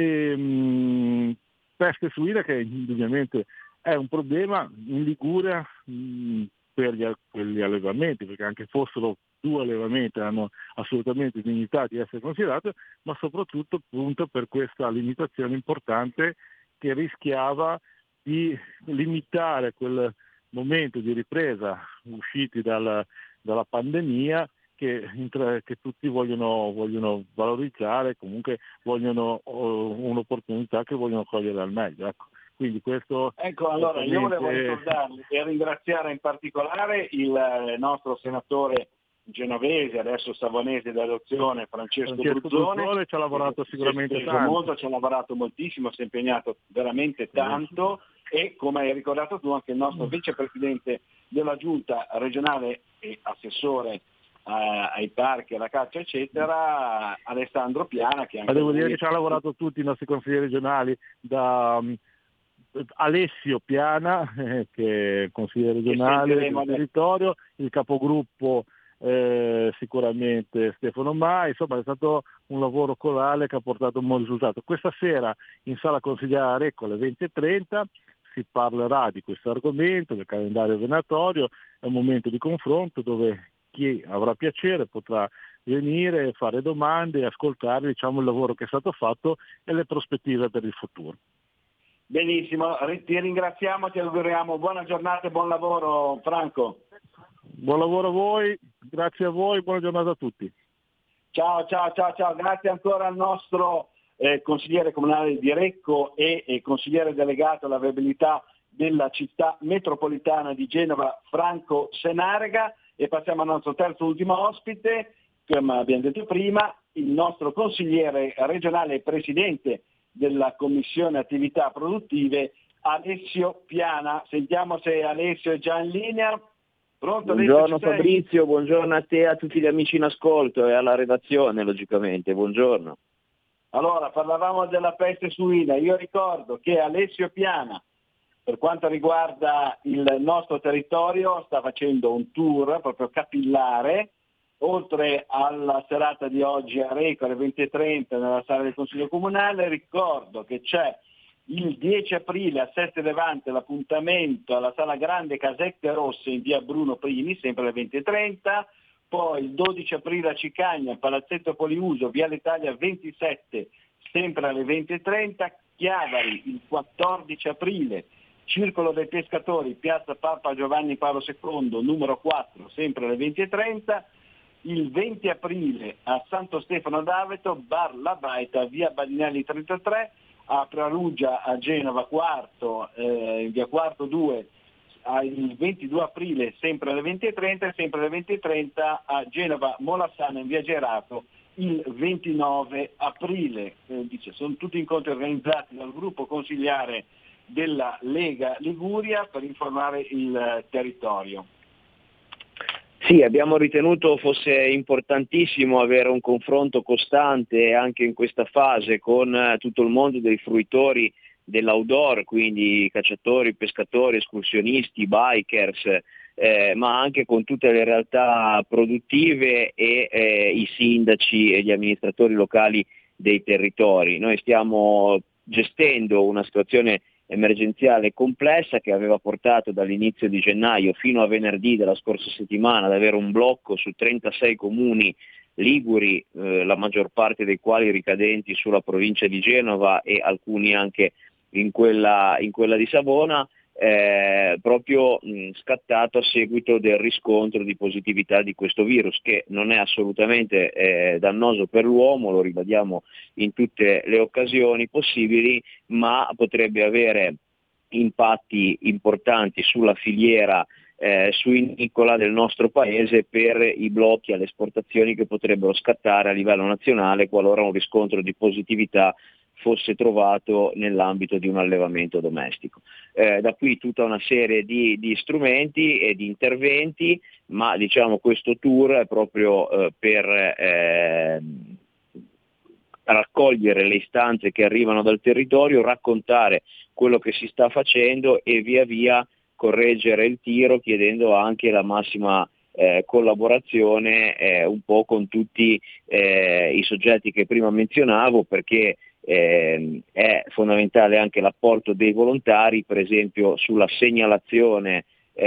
Peste suina che indubbiamente è un problema in Liguria per gli allevamenti, perché anche fossero 2 allevamenti hanno assolutamente dignità di essere considerate, ma soprattutto appunto per questa limitazione importante che rischiava di limitare quel momento di ripresa usciti dalla pandemia che tutti vogliono valorizzare, comunque vogliono un'opportunità che vogliono cogliere al meglio. Ecco. Quindi questo allora io volevo ricordarli e ringraziare in particolare il nostro senatore genovese, adesso savonese d'adozione, Francesco Bruzzone, ci ha lavorato sicuramente tanto. Molto, ci ha lavorato moltissimo, si è impegnato veramente tanto, e come hai ricordato tu anche il nostro vicepresidente della giunta regionale e assessore ai parchi, alla caccia eccetera, Alessandro Piana, che anche devo dire che ci ha lavorato tutti i nostri consiglieri regionali, da Alessio Piana che è consigliere regionale del territorio, il capogruppo sicuramente Stefano Mai, insomma è stato un lavoro corale che ha portato un buon risultato. Questa sera in sala consigliare a Recco alle 20:30 si parlerà di questo argomento, del calendario venatorio, è un momento di confronto dove chi avrà piacere potrà venire, fare domande e ascoltare il lavoro che è stato fatto e le prospettive per il futuro. Benissimo, ti ringraziamo, ti auguriamo buona giornata e buon lavoro Franco. Buon lavoro a voi, grazie a voi, buona giornata a tutti. Ciao, grazie ancora al nostro consigliere comunale di Recco e consigliere delegato alla viabilità della città metropolitana di Genova, Franco Senarga, e passiamo al nostro terzo ultimo ospite, come abbiamo detto prima, il nostro consigliere regionale e presidente della Commissione Attività Produttive, Alessio Piana. Sentiamo se Alessio è già in linea. Pronto? Buongiorno Fabrizio, buongiorno a te e a tutti gli amici in ascolto e alla redazione logicamente, buongiorno. Allora, parlavamo della peste suina, io ricordo che Alessio Piana, per quanto riguarda il nostro territorio, sta facendo un tour proprio capillare, oltre alla serata di oggi a Recco alle 20:30 nella sala del Consiglio Comunale. Ricordo che c'è il 10 aprile a Seste Levante l'appuntamento alla Sala Grande Casette Rosse in via Bruno Primi, sempre alle 20:30, poi il 12 aprile a Cicagna, Palazzetto Poliuso, via l'Italia 27, sempre alle 20:30, Chiavari il 14 aprile, Circolo dei Pescatori, piazza Papa Giovanni Paolo II, numero 4, sempre alle 20:30, il 20 aprile a Santo Stefano d'Aveto, Bar La Baita, via Badinelli 33, a Praruggia a Genova Quarto, via Quarto 2, il 22 aprile sempre alle 20:30 e sempre alle 20:30 a Genova Molassana in via Gerato il 29 aprile. Sono tutti incontri organizzati dal gruppo consigliare della Lega Liguria per informare il territorio. Sì, abbiamo ritenuto fosse importantissimo avere un confronto costante anche in questa fase con tutto il mondo dei fruitori dell'outdoor, quindi cacciatori, pescatori, escursionisti, bikers, ma anche con tutte le realtà produttive e i sindaci e gli amministratori locali dei territori. Noi stiamo gestendo una situazione emergenziale complessa che aveva portato dall'inizio di gennaio fino a venerdì della scorsa settimana ad avere un blocco su 36 comuni liguri, la maggior parte dei quali ricadenti sulla provincia di Genova e alcuni anche in quella di Savona, proprio scattato a seguito del riscontro di positività di questo virus, che non è assolutamente dannoso per l'uomo, lo ribadiamo in tutte le occasioni possibili, ma potrebbe avere impatti importanti sulla filiera suinicola del nostro paese per i blocchi alle esportazioni che potrebbero scattare a livello nazionale qualora un riscontro di positività fosse trovato nell'ambito di un allevamento domestico. Da qui tutta una serie di strumenti e di interventi, ma diciamo questo tour è proprio per raccogliere le istanze che arrivano dal territorio, raccontare quello che si sta facendo e via via correggere il tiro chiedendo anche la massima collaborazione un po' con tutti i soggetti che prima menzionavo, perché è fondamentale anche l'apporto dei volontari, per esempio sulla segnalazione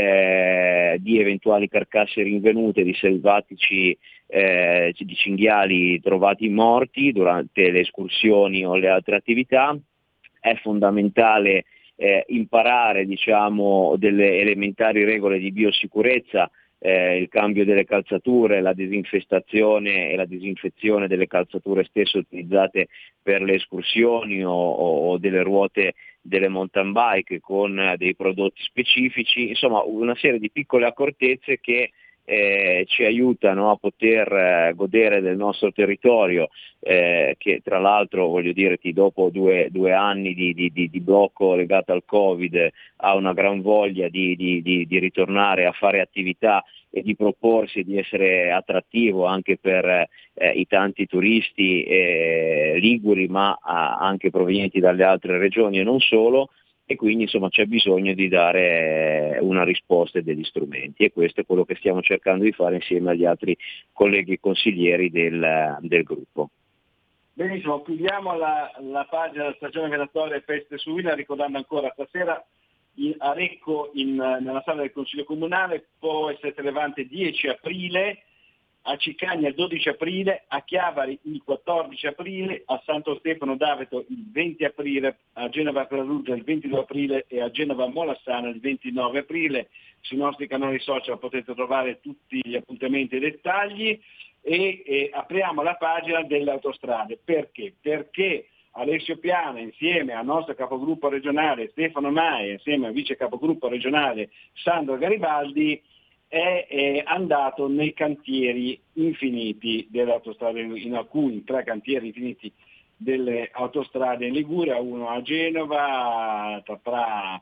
di eventuali carcasse rinvenute di selvatici, di cinghiali trovati morti durante le escursioni o le altre attività. È fondamentale imparare, diciamo, delle elementari regole di biosicurezza, il cambio delle calzature, la disinfestazione e la disinfezione delle calzature stesse utilizzate per le escursioni o delle ruote delle mountain bike con dei prodotti specifici, insomma una serie di piccole accortezze che ci aiutano a poter godere del nostro territorio, che tra l'altro, voglio dirti, dopo due anni di blocco legato al Covid ha una gran voglia di ritornare a fare attività e di proporsi e di essere attrattivo anche per i tanti turisti liguri, ma anche provenienti dalle altre regioni e non solo. E quindi insomma c'è bisogno di dare una risposta e degli strumenti, e questo è quello che stiamo cercando di fare insieme agli altri colleghi consiglieri del gruppo. Benissimo, chiudiamo la pagina della stagione venatoria Peste Suina ricordando ancora stasera a Recco nella sala del Consiglio Comunale, può essere Levante 10 aprile, a Cicagna il 12 aprile, a Chiavari il 14 aprile, a Santo Stefano d'Aveto il 20 aprile, a Genova Perugia il 22 aprile e a Genova Molassana il 29 aprile. Sui nostri canali social potete trovare tutti gli appuntamenti e i dettagli, e apriamo la pagina delle autostrade. Perché? Perché Alessio Piana, insieme al nostro capogruppo regionale Stefano Maia, insieme al vice capogruppo regionale Sandro Garibaldi, è andato nei cantieri infiniti delle autostrade, in alcuni 3 cantieri infiniti delle autostrade in Liguria, uno a Genova, tra Pra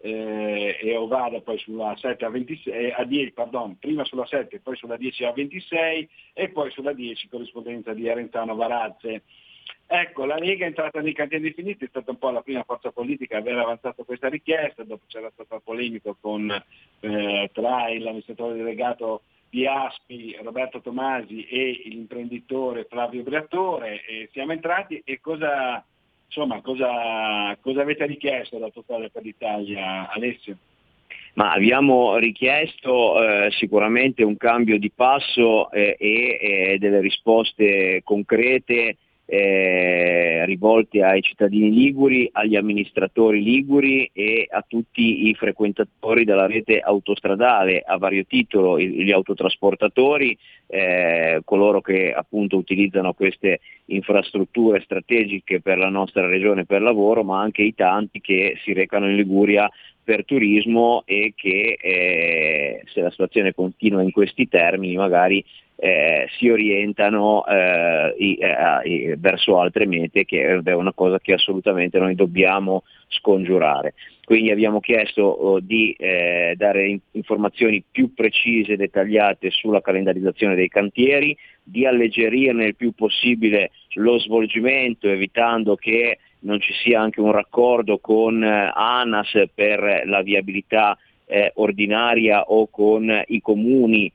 e Ovada, poi sulla 7 a 26, prima sulla 7, poi sulla 10 a 26 e poi sulla 10 corrispondenza di Arenzano Varazze. Ecco, la Lega è entrata nei cantieri infiniti, è stata un po' la prima forza politica a aver avanzato questa richiesta, dopo c'era stata polemica tra l'amministratore delegato di Aspi, Roberto Tomasi, e l'imprenditore Flavio Briatore, e siamo entrati. E cosa avete richiesto da Totale per l'Italia, Alessio? Ma abbiamo richiesto sicuramente un cambio di passo e delle risposte concrete rivolte ai cittadini liguri, agli amministratori liguri e a tutti i frequentatori della rete autostradale a vario titolo, gli autotrasportatori, coloro che appunto utilizzano queste infrastrutture strategiche per la nostra regione per lavoro, ma anche i tanti che si recano in Liguria per turismo e che se la situazione continua in questi termini magari si orientano verso altre mete, che è una cosa che assolutamente noi dobbiamo scongiurare. Quindi abbiamo chiesto di dare informazioni più precise e dettagliate sulla calendarizzazione dei cantieri, di alleggerirne il più possibile lo svolgimento, evitando che non ci sia anche un raccordo con ANAS per la viabilità ordinaria o con i comuni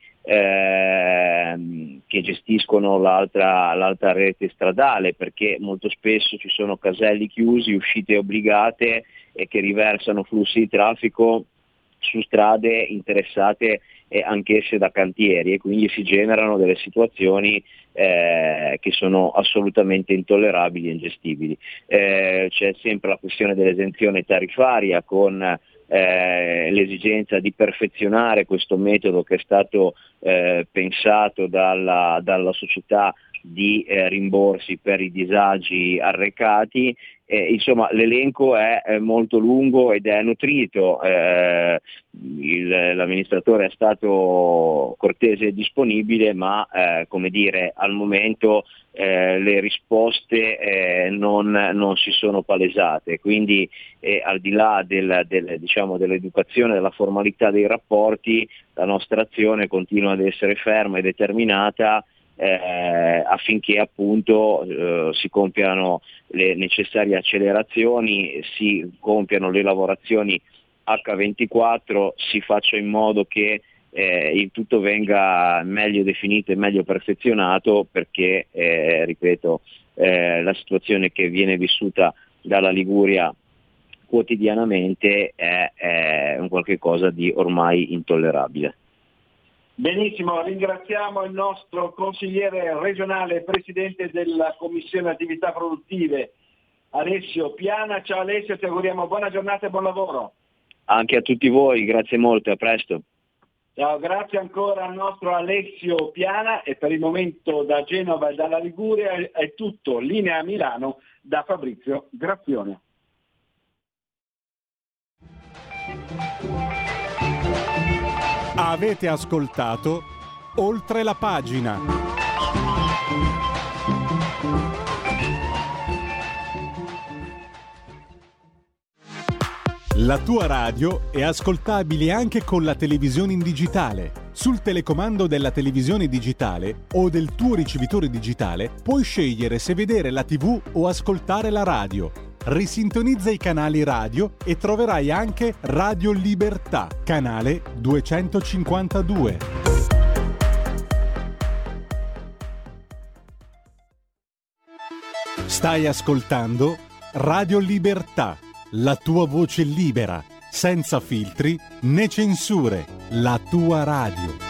che gestiscono l'altra rete stradale, perché molto spesso ci sono caselli chiusi, uscite obbligate e che riversano flussi di traffico su strade interessate anch'esse da cantieri, e quindi si generano delle situazioni che sono assolutamente intollerabili e ingestibili. C'è sempre la questione dell'esenzione tariffaria, con l'esigenza di perfezionare questo metodo che è stato pensato dalla società di rimborsi per i disagi arrecati. Insomma, l'elenco è molto lungo ed è nutrito. L'amministratore è stato cortese e disponibile, ma come dire, al momento le risposte non si sono palesate, quindi al di là dell'educazione, della formalità dei rapporti, la nostra azione continua ad essere ferma e determinata affinché appunto si compiano le necessarie accelerazioni, si compiano le lavorazioni H24, si faccia in modo che il tutto venga meglio definito e meglio perfezionato, perché ripeto, la situazione che viene vissuta dalla Liguria quotidianamente è un qualche cosa di ormai intollerabile. Benissimo, ringraziamo il nostro consigliere regionale e presidente della Commissione Attività Produttive, Alessio Piana. Ciao Alessio, ti auguriamo buona giornata e buon lavoro. Anche a tutti voi, grazie molto, a presto. Ciao, grazie ancora al nostro Alessio Piana, e per il momento da Genova e dalla Liguria è tutto. Linea a Milano da Fabrizio Graffione. Avete ascoltato Oltre la pagina. La tua radio è ascoltabile anche con la televisione in digitale. Sul telecomando della televisione digitale o del tuo ricevitore digitale puoi scegliere se vedere la TV o ascoltare la radio. Risintonizza i canali radio e troverai anche Radio Libertà, canale 252. Stai ascoltando Radio Libertà, la tua voce libera, senza filtri né censure, la tua radio.